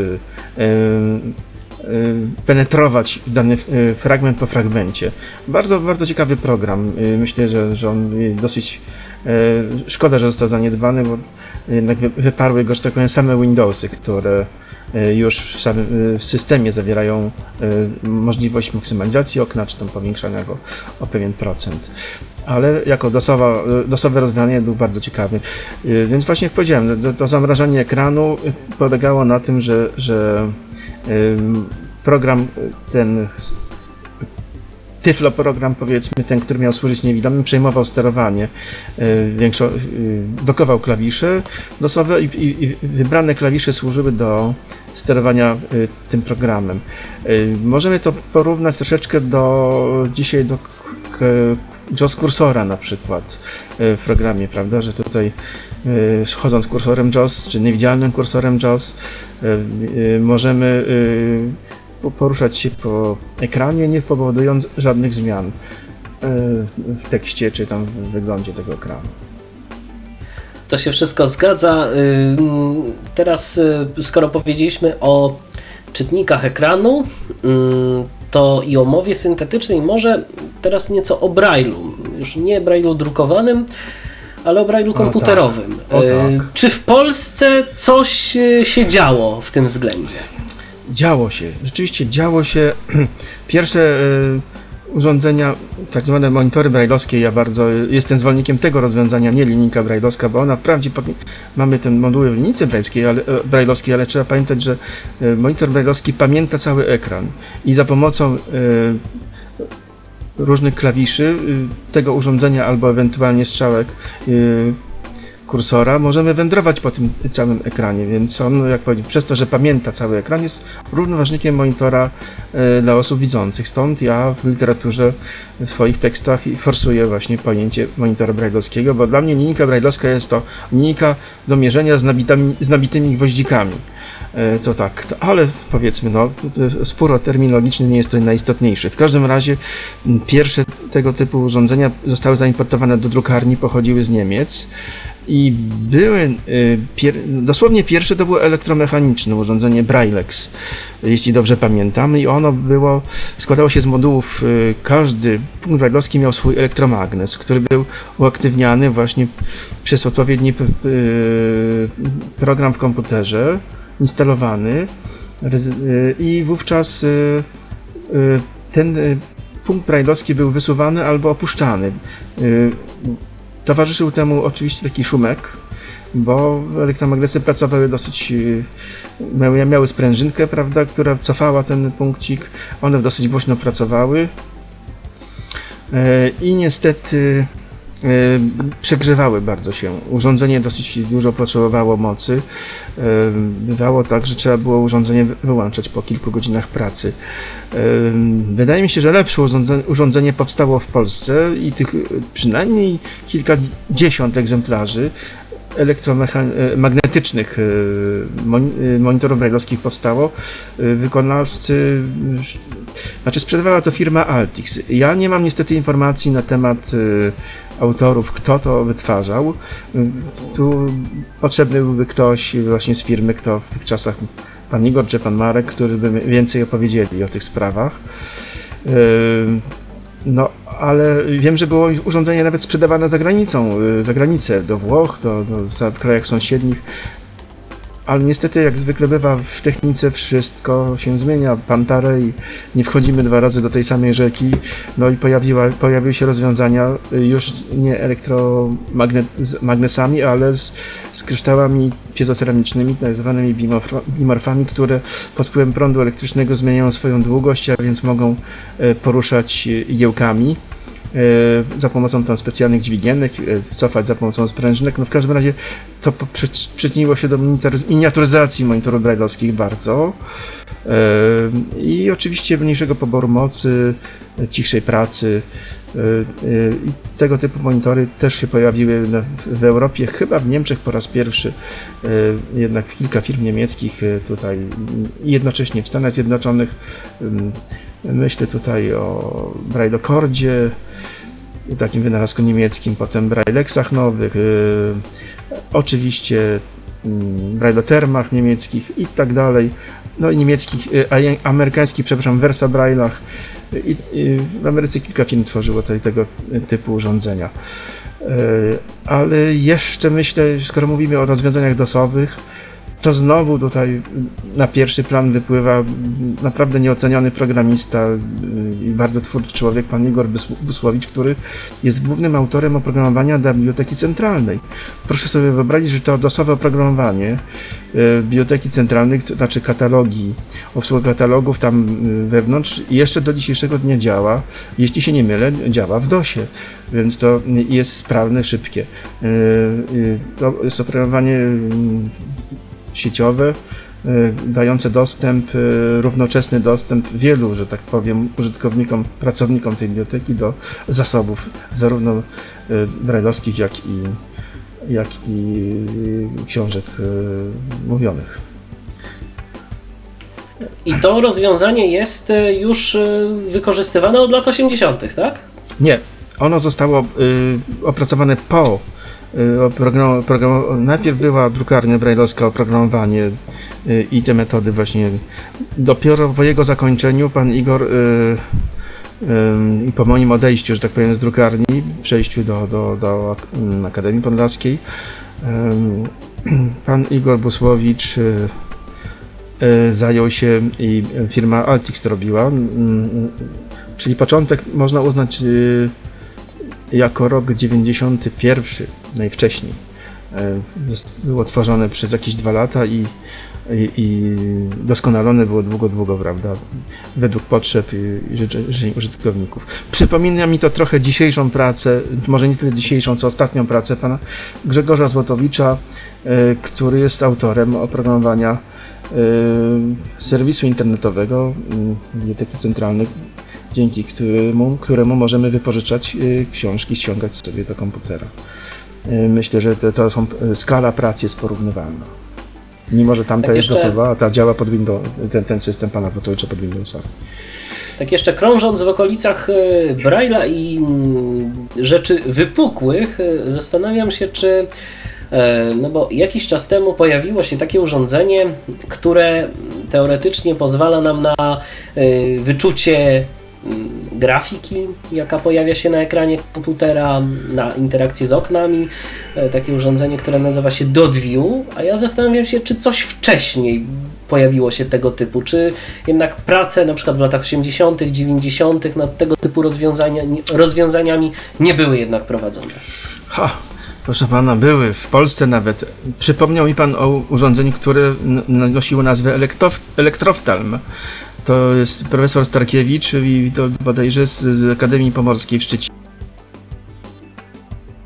penetrować dany fragment po fragmencie. Bardzo, bardzo ciekawy program. Myślę, że on dosyć szkoda, że został zaniedbany, bo jednak wyparły go, że tak powiem, same Windowsy, które już w systemie zawierają możliwość maksymalizacji okna, czy tam powiększania go o pewien procent. Ale jako DOS-owe rozwiązanie był bardzo ciekawy. Więc właśnie jak powiedziałem, to zamrażanie ekranu polegało na tym, że program ten, Tyflo program, powiedzmy, ten, który miał służyć niewidomym, przejmował sterowanie, blokował klawisze DOS-owe i wybrane klawisze służyły do sterowania tym programem. Możemy to porównać troszeczkę dzisiaj do JAWS kursora na przykład w programie, prawda, że tutaj chodząc kursorem JAWS, czy niewidzialnym kursorem JAWS, możemy poruszać się po ekranie, nie powodując żadnych zmian w tekście, czy tam w wyglądzie tego ekranu. To się wszystko zgadza. Teraz, skoro powiedzieliśmy o czytnikach ekranu, to i o mowie syntetycznej, może teraz nieco o Braille'u. Już nie Braille'u drukowanym, ale o Braille'u komputerowym. Tak. Czy w Polsce coś się działo w tym względzie? Rzeczywiście działo się. Pierwsze urządzenia, tak zwane monitory brajlowskie, ja bardzo jestem zwolennikiem tego rozwiązania, nie linijka brajlowska, bo ona wprawdzie mamy ten moduły w linijce brajlowskiej, ale trzeba pamiętać, że monitor brajlowski pamięta cały ekran i za pomocą różnych klawiszy tego urządzenia albo ewentualnie strzałek kursora możemy wędrować po tym całym ekranie, więc on, jak powiedzieć, przez to, że pamięta cały ekran, jest równoważnikiem monitora dla osób widzących. Stąd ja w literaturze, w swoich tekstach forsuję właśnie pojęcie monitora brajlowskiego, bo dla mnie linijka brajlowska jest to linijka do mierzenia z nabitymi gwoździkami. To tak, ale powiedzmy, spór terminologiczny nie jest to najistotniejszy. W każdym razie pierwsze tego typu urządzenia zostały zaimportowane do drukarni, pochodziły z Niemiec i były, dosłownie pierwsze to było elektromechaniczne urządzenie Braillex, jeśli dobrze pamiętam, i ono składało się z modułów, każdy punkt brajlowski miał swój elektromagnes, który był uaktywniany właśnie przez odpowiedni program w komputerze, instalowany, i wówczas ten punkt brajlowski był wysuwany albo opuszczany. Towarzyszył temu oczywiście taki szumek, bo elektromagnesy pracowały dosyć, miały sprężynkę, prawda, która cofała ten punkcik, one dosyć głośno pracowały i niestety przegrzewały bardzo się. Urządzenie dosyć dużo potrzebowało mocy. Bywało tak, że trzeba było urządzenie wyłączać po kilku godzinach pracy. Wydaje mi się, że lepsze urządzenie powstało w Polsce i tych przynajmniej kilkadziesiąt egzemplarzy elektromagnetycznych monitorów brajlowskich powstało. Wykonawcy, sprzedawała to firma Altix. Ja nie mam niestety informacji na temat autorów, kto to wytwarzał. Tu potrzebny byłby ktoś właśnie z firmy, kto w tych czasach, pan Igor czy pan Marek, którzy by więcej opowiedzieli o tych sprawach. No, ale wiem, że było urządzenie nawet sprzedawane za granicę, do Włoch, w krajach sąsiednich. Ale niestety, jak zwykle bywa w technice, wszystko się zmienia. Pantarej, nie wchodzimy 2 razy do tej samej rzeki. No i pojawiły się rozwiązania już nie magnesami, ale z kryształami piezoceramicznymi, tak zwanymi bimorfami, które pod wpływem prądu elektrycznego zmieniają swoją długość, a więc mogą poruszać igiełkami za pomocą tam specjalnych dźwigienek, cofać za pomocą sprężynek. No w każdym razie to przyczyniło się do miniaturyzacji monitorów brajlowskich bardzo i oczywiście mniejszego poboru mocy, cichszej pracy. I tego typu monitory też się pojawiły w Europie, chyba w Niemczech po raz pierwszy, jednak kilka firm niemieckich tutaj i jednocześnie w Stanach Zjednoczonych. Myślę tutaj o Braillekordzie, takim wynalazku niemieckim, potem Braillexach nowych, oczywiście Brailletermach niemieckich i tak dalej, no i niemieckich, amerykańskich, przepraszam, Versa Braillach. I w Ameryce kilka firm tworzyło tego typu urządzenia. Ale jeszcze myślę, skoro mówimy o rozwiązaniach DOS-owych, to znowu tutaj na pierwszy plan wypływa naprawdę nieoceniony programista i bardzo twórczy człowiek, pan Igor Busłowicz, który jest głównym autorem oprogramowania dla Biblioteki Centralnej. Proszę sobie wyobrazić, że to DOS-owe oprogramowanie Biblioteki Centralnej, to znaczy katalogi, obsługa katalogów tam wewnątrz jeszcze do dzisiejszego dnia działa, jeśli się nie mylę, działa w DOS-ie, więc to jest sprawne, szybkie. To jest oprogramowanie sieciowe, dające dostęp, równoczesny dostęp wielu, że tak powiem, użytkownikom, pracownikom tej biblioteki do zasobów zarówno brajlowskich, jak i książek mówionych. I to rozwiązanie jest już wykorzystywane od lat 80., tak? Nie, ono zostało opracowane po najpierw była drukarnia brajlowska, oprogramowanie i te metody właśnie. Dopiero po jego zakończeniu pan Igor i po moim odejściu, że tak powiem, z drukarni, przejściu do Akademii Podlaskiej, pan Igor Busłowicz zajął się i firma Altix to robiła, czyli początek można uznać jako rok 91 najwcześniej. Było tworzone przez jakieś 2 lata i doskonalone było długo, prawda, według potrzeb i życzeń użytkowników. Przypomina mi to trochę dzisiejszą pracę, może nie tyle dzisiejszą, co ostatnią pracę pana Grzegorza Złotowicza, który jest autorem oprogramowania serwisu internetowego Biblioteki Centralnej, dzięki któremu możemy wypożyczać książki, ściągać sobie do komputera. Myślę, że skala pracy jest porównywalna. Mimo że tamta jest DOS-owa, a ta działa pod Windows, ten system pana Złotowicza pod Windowsa. Tak jeszcze krążąc w okolicach Braille'a i rzeczy wypukłych, zastanawiam się, czy no bo jakiś czas temu pojawiło się takie urządzenie, które teoretycznie pozwala nam na wyczucie grafiki, jaka pojawia się na ekranie komputera, na interakcję z oknami. Takie urządzenie, które nazywa się DotView, a ja zastanawiam się, czy coś wcześniej pojawiło się tego typu, czy jednak prace na przykład w latach 80., 90. nad tego typu rozwiązaniami nie były jednak prowadzone. Proszę pana, były w Polsce nawet. Przypomniał mi pan o urządzeniu, które nosiło nazwę Elektroftalm. To jest profesor Starkiewicz i to bodajże z Akademii Pomorskiej w Szczecinie.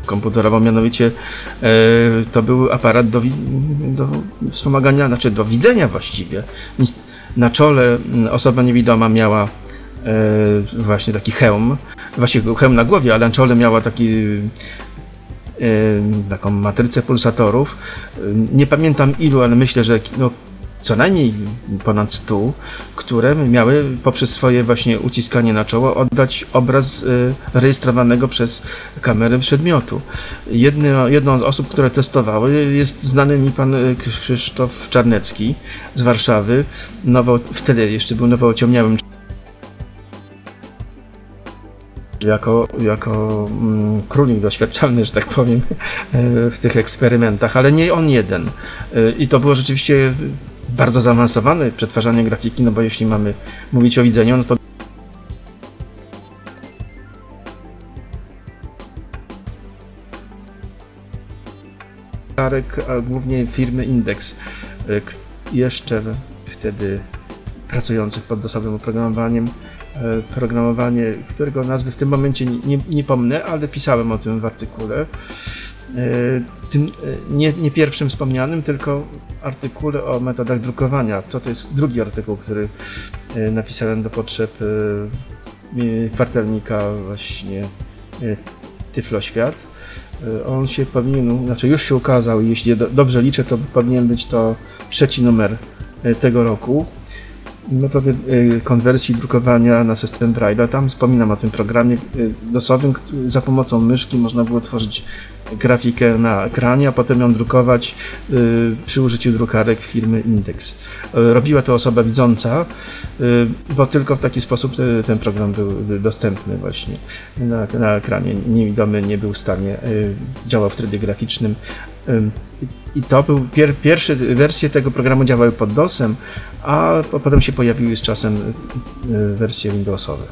komputerową, mianowicie to był aparat do wspomagania, znaczy do widzenia właściwie. Na czole osoba niewidoma miała właśnie taki hełm, właściwie hełm na głowie, ale na czole miała taką matrycę pulsatorów. Nie pamiętam ilu, ale myślę, że co najmniej ponad 100, które miały poprzez swoje właśnie uciskanie na czoło oddać obraz rejestrowanego przez kamerę przedmiotu. Jedną z osób, które testowały, jest znany mi pan Krzysztof Czarnecki z Warszawy. Wtedy jeszcze był nowoociemniałym jako królik doświadczalny, że tak powiem, w tych eksperymentach, ale nie on jeden. I to było rzeczywiście bardzo zaawansowane przetwarzanie grafiki, no bo jeśli mamy mówić o widzeniu, no to a głównie firmy Index, jeszcze wtedy pracujących pod DOS-owym oprogramowaniem, którego nazwy w tym momencie nie pomnę, ale pisałem o tym w artykule. Tym nie pierwszym wspomnianym, tylko artykule o metodach drukowania. To jest drugi artykuł, który napisałem do potrzeb kwartalnika właśnie Tyfloświat. On się powinien, znaczy już się ukazał i jeśli dobrze liczę, to powinien być to 3. numer tego roku. Metody konwersji drukowania na system Braille'a. Tam wspominam o tym programie DOS-owym, za pomocą myszki można było tworzyć grafikę na ekranie, a potem ją drukować przy użyciu drukarek firmy Index. Robiła to osoba widząca, bo tylko w taki sposób ten program był dostępny właśnie na ekranie. Niewidomy nie był w stanie, działał w trybie graficznym. I to był pierwsze wersje tego programu działały pod DOS-em, a potem się pojawiły z czasem wersje Windowsowe.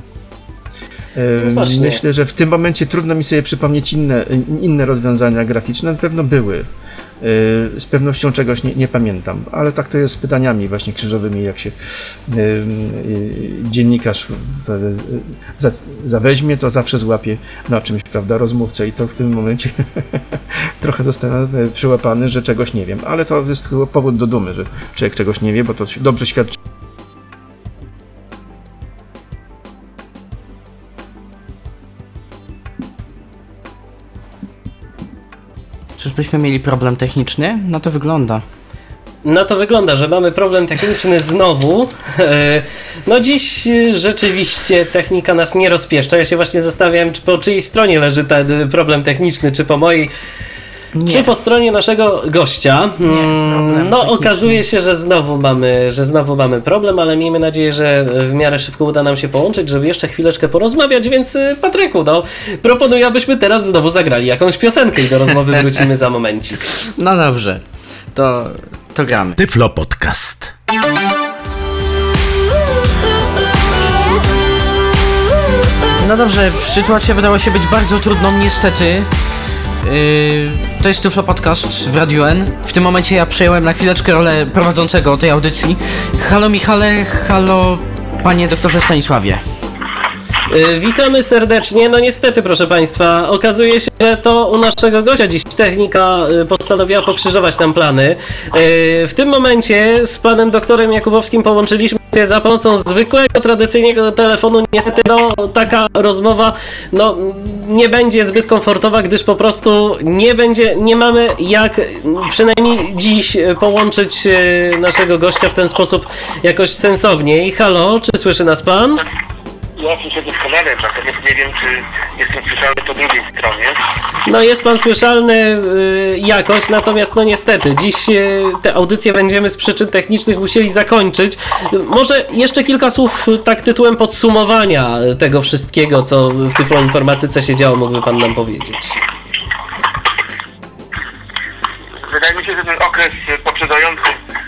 Myślę, że w tym momencie trudno mi sobie przypomnieć inne rozwiązania graficzne. Na pewno były. Z pewnością czegoś nie pamiętam, ale tak to jest z pytaniami właśnie krzyżowymi, jak się dziennikarz zaweźmie, to zawsze złapie na czymś, prawda, rozmówcę i to w tym momencie trochę zostanę przyłapany, że czegoś nie wiem, ale to jest chyba powód do dumy, że człowiek czegoś nie wie, bo to dobrze świadczy. Czyżbyśmy mieli problem techniczny? No to wygląda. No to wygląda, że mamy problem techniczny znowu. No dziś rzeczywiście technika nas nie rozpieszcza. Ja się właśnie zastanawiałem, czy po czyjej stronie leży ten problem techniczny, czy po mojej, czy po stronie naszego gościa. No okazuje się, że znowu mamy problem, ale miejmy nadzieję, że w miarę szybko uda nam się połączyć, żeby jeszcze chwileczkę porozmawiać, więc Patryku, proponuję, abyśmy teraz znowu zagrali jakąś piosenkę i do rozmowy wrócimy za momencik. No dobrze, to gramy. Tyflo Podcast. No dobrze, sytuacja wydała się być bardzo trudną, niestety. To jest Tyflo Podcast w Radiu N. W tym momencie ja przejąłem na chwileczkę rolę prowadzącego tej audycji. Halo Michale, halo panie doktorze Stanisławie. Witamy serdecznie. No niestety, proszę Państwa, okazuje się, że to u naszego gościa dziś technika postanowiła pokrzyżować nam plany. W tym momencie z panem doktorem Jakubowskim połączyliśmy się za pomocą zwykłego, tradycyjnego telefonu. Niestety taka rozmowa nie będzie zbyt komfortowa, gdyż po prostu nie mamy jak przynajmniej dziś połączyć naszego gościa w ten sposób jakoś sensownie. I halo, czy słyszy nas pan? Ja słyszę doskonale, natomiast nie wiem, czy jestem słyszalny po drugiej stronie. No jest pan słyszalny jakoś, natomiast niestety dziś tę audycję będziemy z przyczyn technicznych musieli zakończyć. Może jeszcze kilka słów tak tytułem podsumowania tego wszystkiego, co w Tyfloinformatyce się działo, mógłby pan nam powiedzieć? Wydaje mi się, że ten okres poprzedzający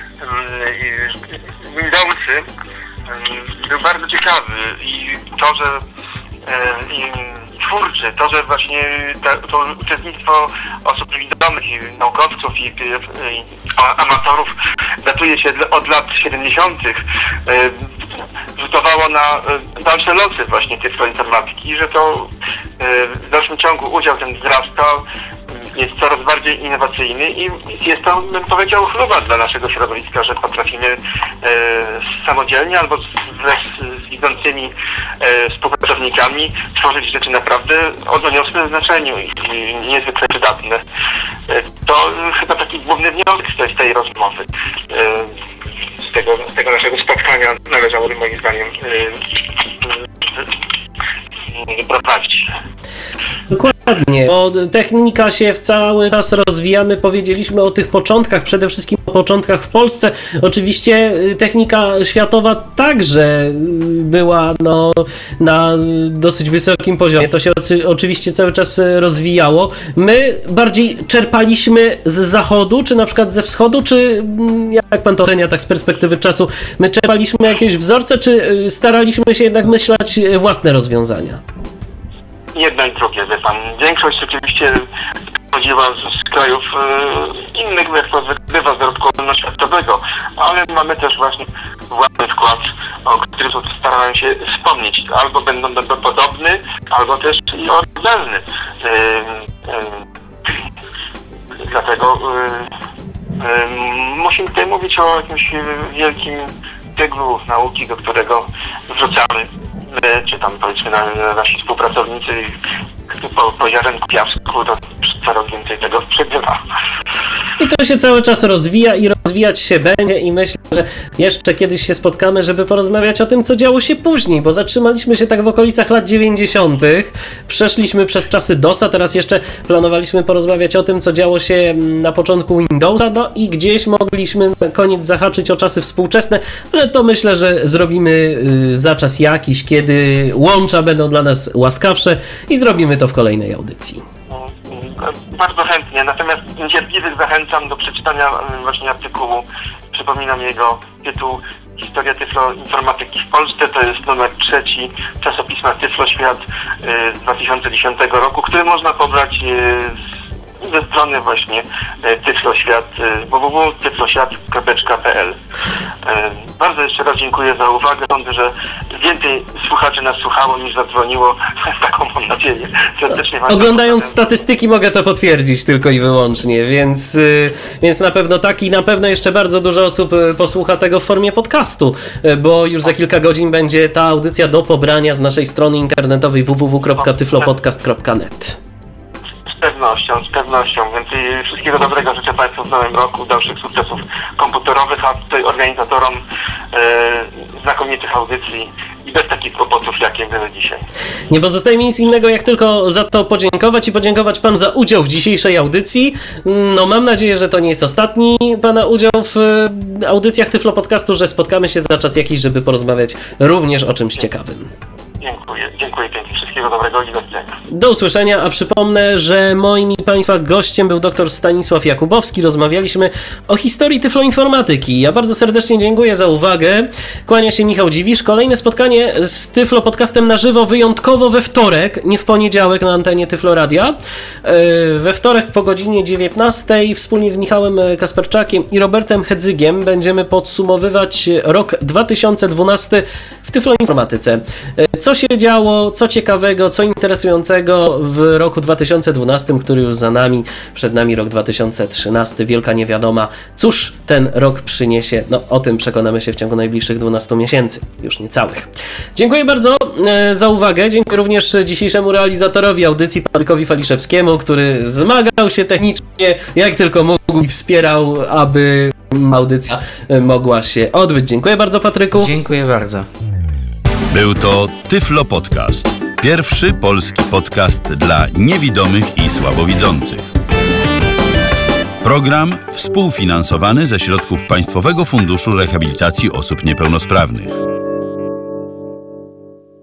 Windowsy był bardzo ciekawy i to, że twórczy, to, że właśnie to uczestnictwo osób niewidomych i naukowców i amatorów datuje się od lat 70. rzutowało na dalsze losy właśnie tyfloinformatyki, że to w dalszym ciągu udział ten wzrasta, jest coraz bardziej innowacyjny i jest to, bym powiedział, chluba dla naszego środowiska, że potrafimy samodzielnie albo wraz z idącymi współpracownikami tworzyć rzeczy naprawdę o doniosłym znaczeniu i niezwykle przydatne. To chyba taki główny wniosek z tej rozmowy. Z tego naszego spotkania należałoby moim zdaniem wyprowadzić. Dokładnie, bo technika się cały czas rozwija. My powiedzieliśmy o tych początkach, przede wszystkim o początkach w Polsce. Oczywiście technika światowa także była na dosyć wysokim poziomie. To się oczywiście cały czas rozwijało. My bardziej czerpaliśmy z zachodu, czy na przykład ze wschodu, czy jak pan to ocenia tak z perspektywy czasu, my czerpaliśmy jakieś wzorce, czy staraliśmy się jednak myśleć własne rozwiązania? Jedno i drugie, wie pan. Większość oczywiście pochodziła z krajów innych, jak to bywa, z zarobku ogólnoświatowego, ale mamy też właśnie własny wkład, o którym starałem się wspomnieć. Albo będą podobny, albo też i oryginalny. Dlatego musimy tutaj mówić o jakimś wielkim cyklu nauki, do którego wrzucamy my, czy tam powiedzmy nasi współpracownicy po ziarenku piasku, to coraz więcej tego przybywa. I to się cały czas rozwija i rozwijać się będzie i myślę, że jeszcze kiedyś się spotkamy, żeby porozmawiać o tym, co działo się później, bo zatrzymaliśmy się tak w okolicach lat 90. Przeszliśmy przez czasy DOS-a, teraz jeszcze planowaliśmy porozmawiać o tym, co działo się na początku Windowsa, no i gdzieś mogliśmy na koniec zahaczyć o czasy współczesne, ale to myślę, że zrobimy za czas jakiś, kiedy łącza będą dla nas łaskawsze i zrobimy to w kolejnej audycji. Bardzo chętnie, natomiast niecierpliwych zachęcam do przeczytania właśnie artykułu. Przypominam jego tytuł Historia tyfloinformatyki w Polsce. To jest numer 3 czasopisma Tyfloświat z 2010 roku, który można pobrać ze strony właśnie Tyfloświat, www.tyfloświat.pl. Bardzo jeszcze raz dziękuję za uwagę. Sądzę, że więcej słuchaczy nas słuchało niż zadzwoniło. Taką mam nadzieję. Serdecznie Oglądając statystyki mogę to potwierdzić tylko i wyłącznie, więc na pewno tak i na pewno jeszcze bardzo dużo osób posłucha tego w formie podcastu, bo już za kilka godzin będzie ta audycja do pobrania z naszej strony internetowej www.tyflopodcast.net. Z pewnością. Więc wszystkiego dobrego życzę Państwu w nowym roku, dalszych sukcesów komputerowych, a tutaj organizatorom znakomitych audycji i bez takich kłopotów, jakie były dzisiaj. Nie pozostaje mi nic innego, jak tylko za to podziękować i podziękować Pan za udział w dzisiejszej audycji. No mam nadzieję, że to nie jest ostatni Pana udział w audycjach Tyflo Podcastu, że spotkamy się za czas jakiś, żeby porozmawiać również o czymś ciekawym. Dziękuję pięknie. Wszystkiego dobrego i do widzenia. Do usłyszenia, a przypomnę, że moim i Państwa gościem był dr Stanisław Jakubowski. Rozmawialiśmy o historii tyfloinformatyki. Ja bardzo serdecznie dziękuję za uwagę. Kłania się Michał Dziwisz. Kolejne spotkanie z Tyflo Podcastem na żywo wyjątkowo we wtorek, nie w poniedziałek na antenie Tyflo Radia. We wtorek po godzinie 19 wspólnie z Michałem Kasperczakiem i Robertem Hedzygiem będziemy podsumowywać rok 2012 w tyfloinformatyce. Co się działo, co ciekawego, co interesującego w roku 2012, który już za nami, przed nami rok 2013, wielka niewiadoma. Cóż ten rok przyniesie? No o tym przekonamy się w ciągu najbliższych 12 miesięcy, już niecałych. Dziękuję bardzo za uwagę, dziękuję również dzisiejszemu realizatorowi audycji, Patrykowi Faliszewskiemu, który zmagał się technicznie jak tylko mógł i wspierał, aby audycja mogła się odbyć. Dziękuję bardzo, Patryku. Dziękuję bardzo. Był to Tyflo Podcast. Pierwszy polski podcast dla niewidomych i słabowidzących. Program współfinansowany ze środków Państwowego Funduszu Rehabilitacji Osób Niepełnosprawnych.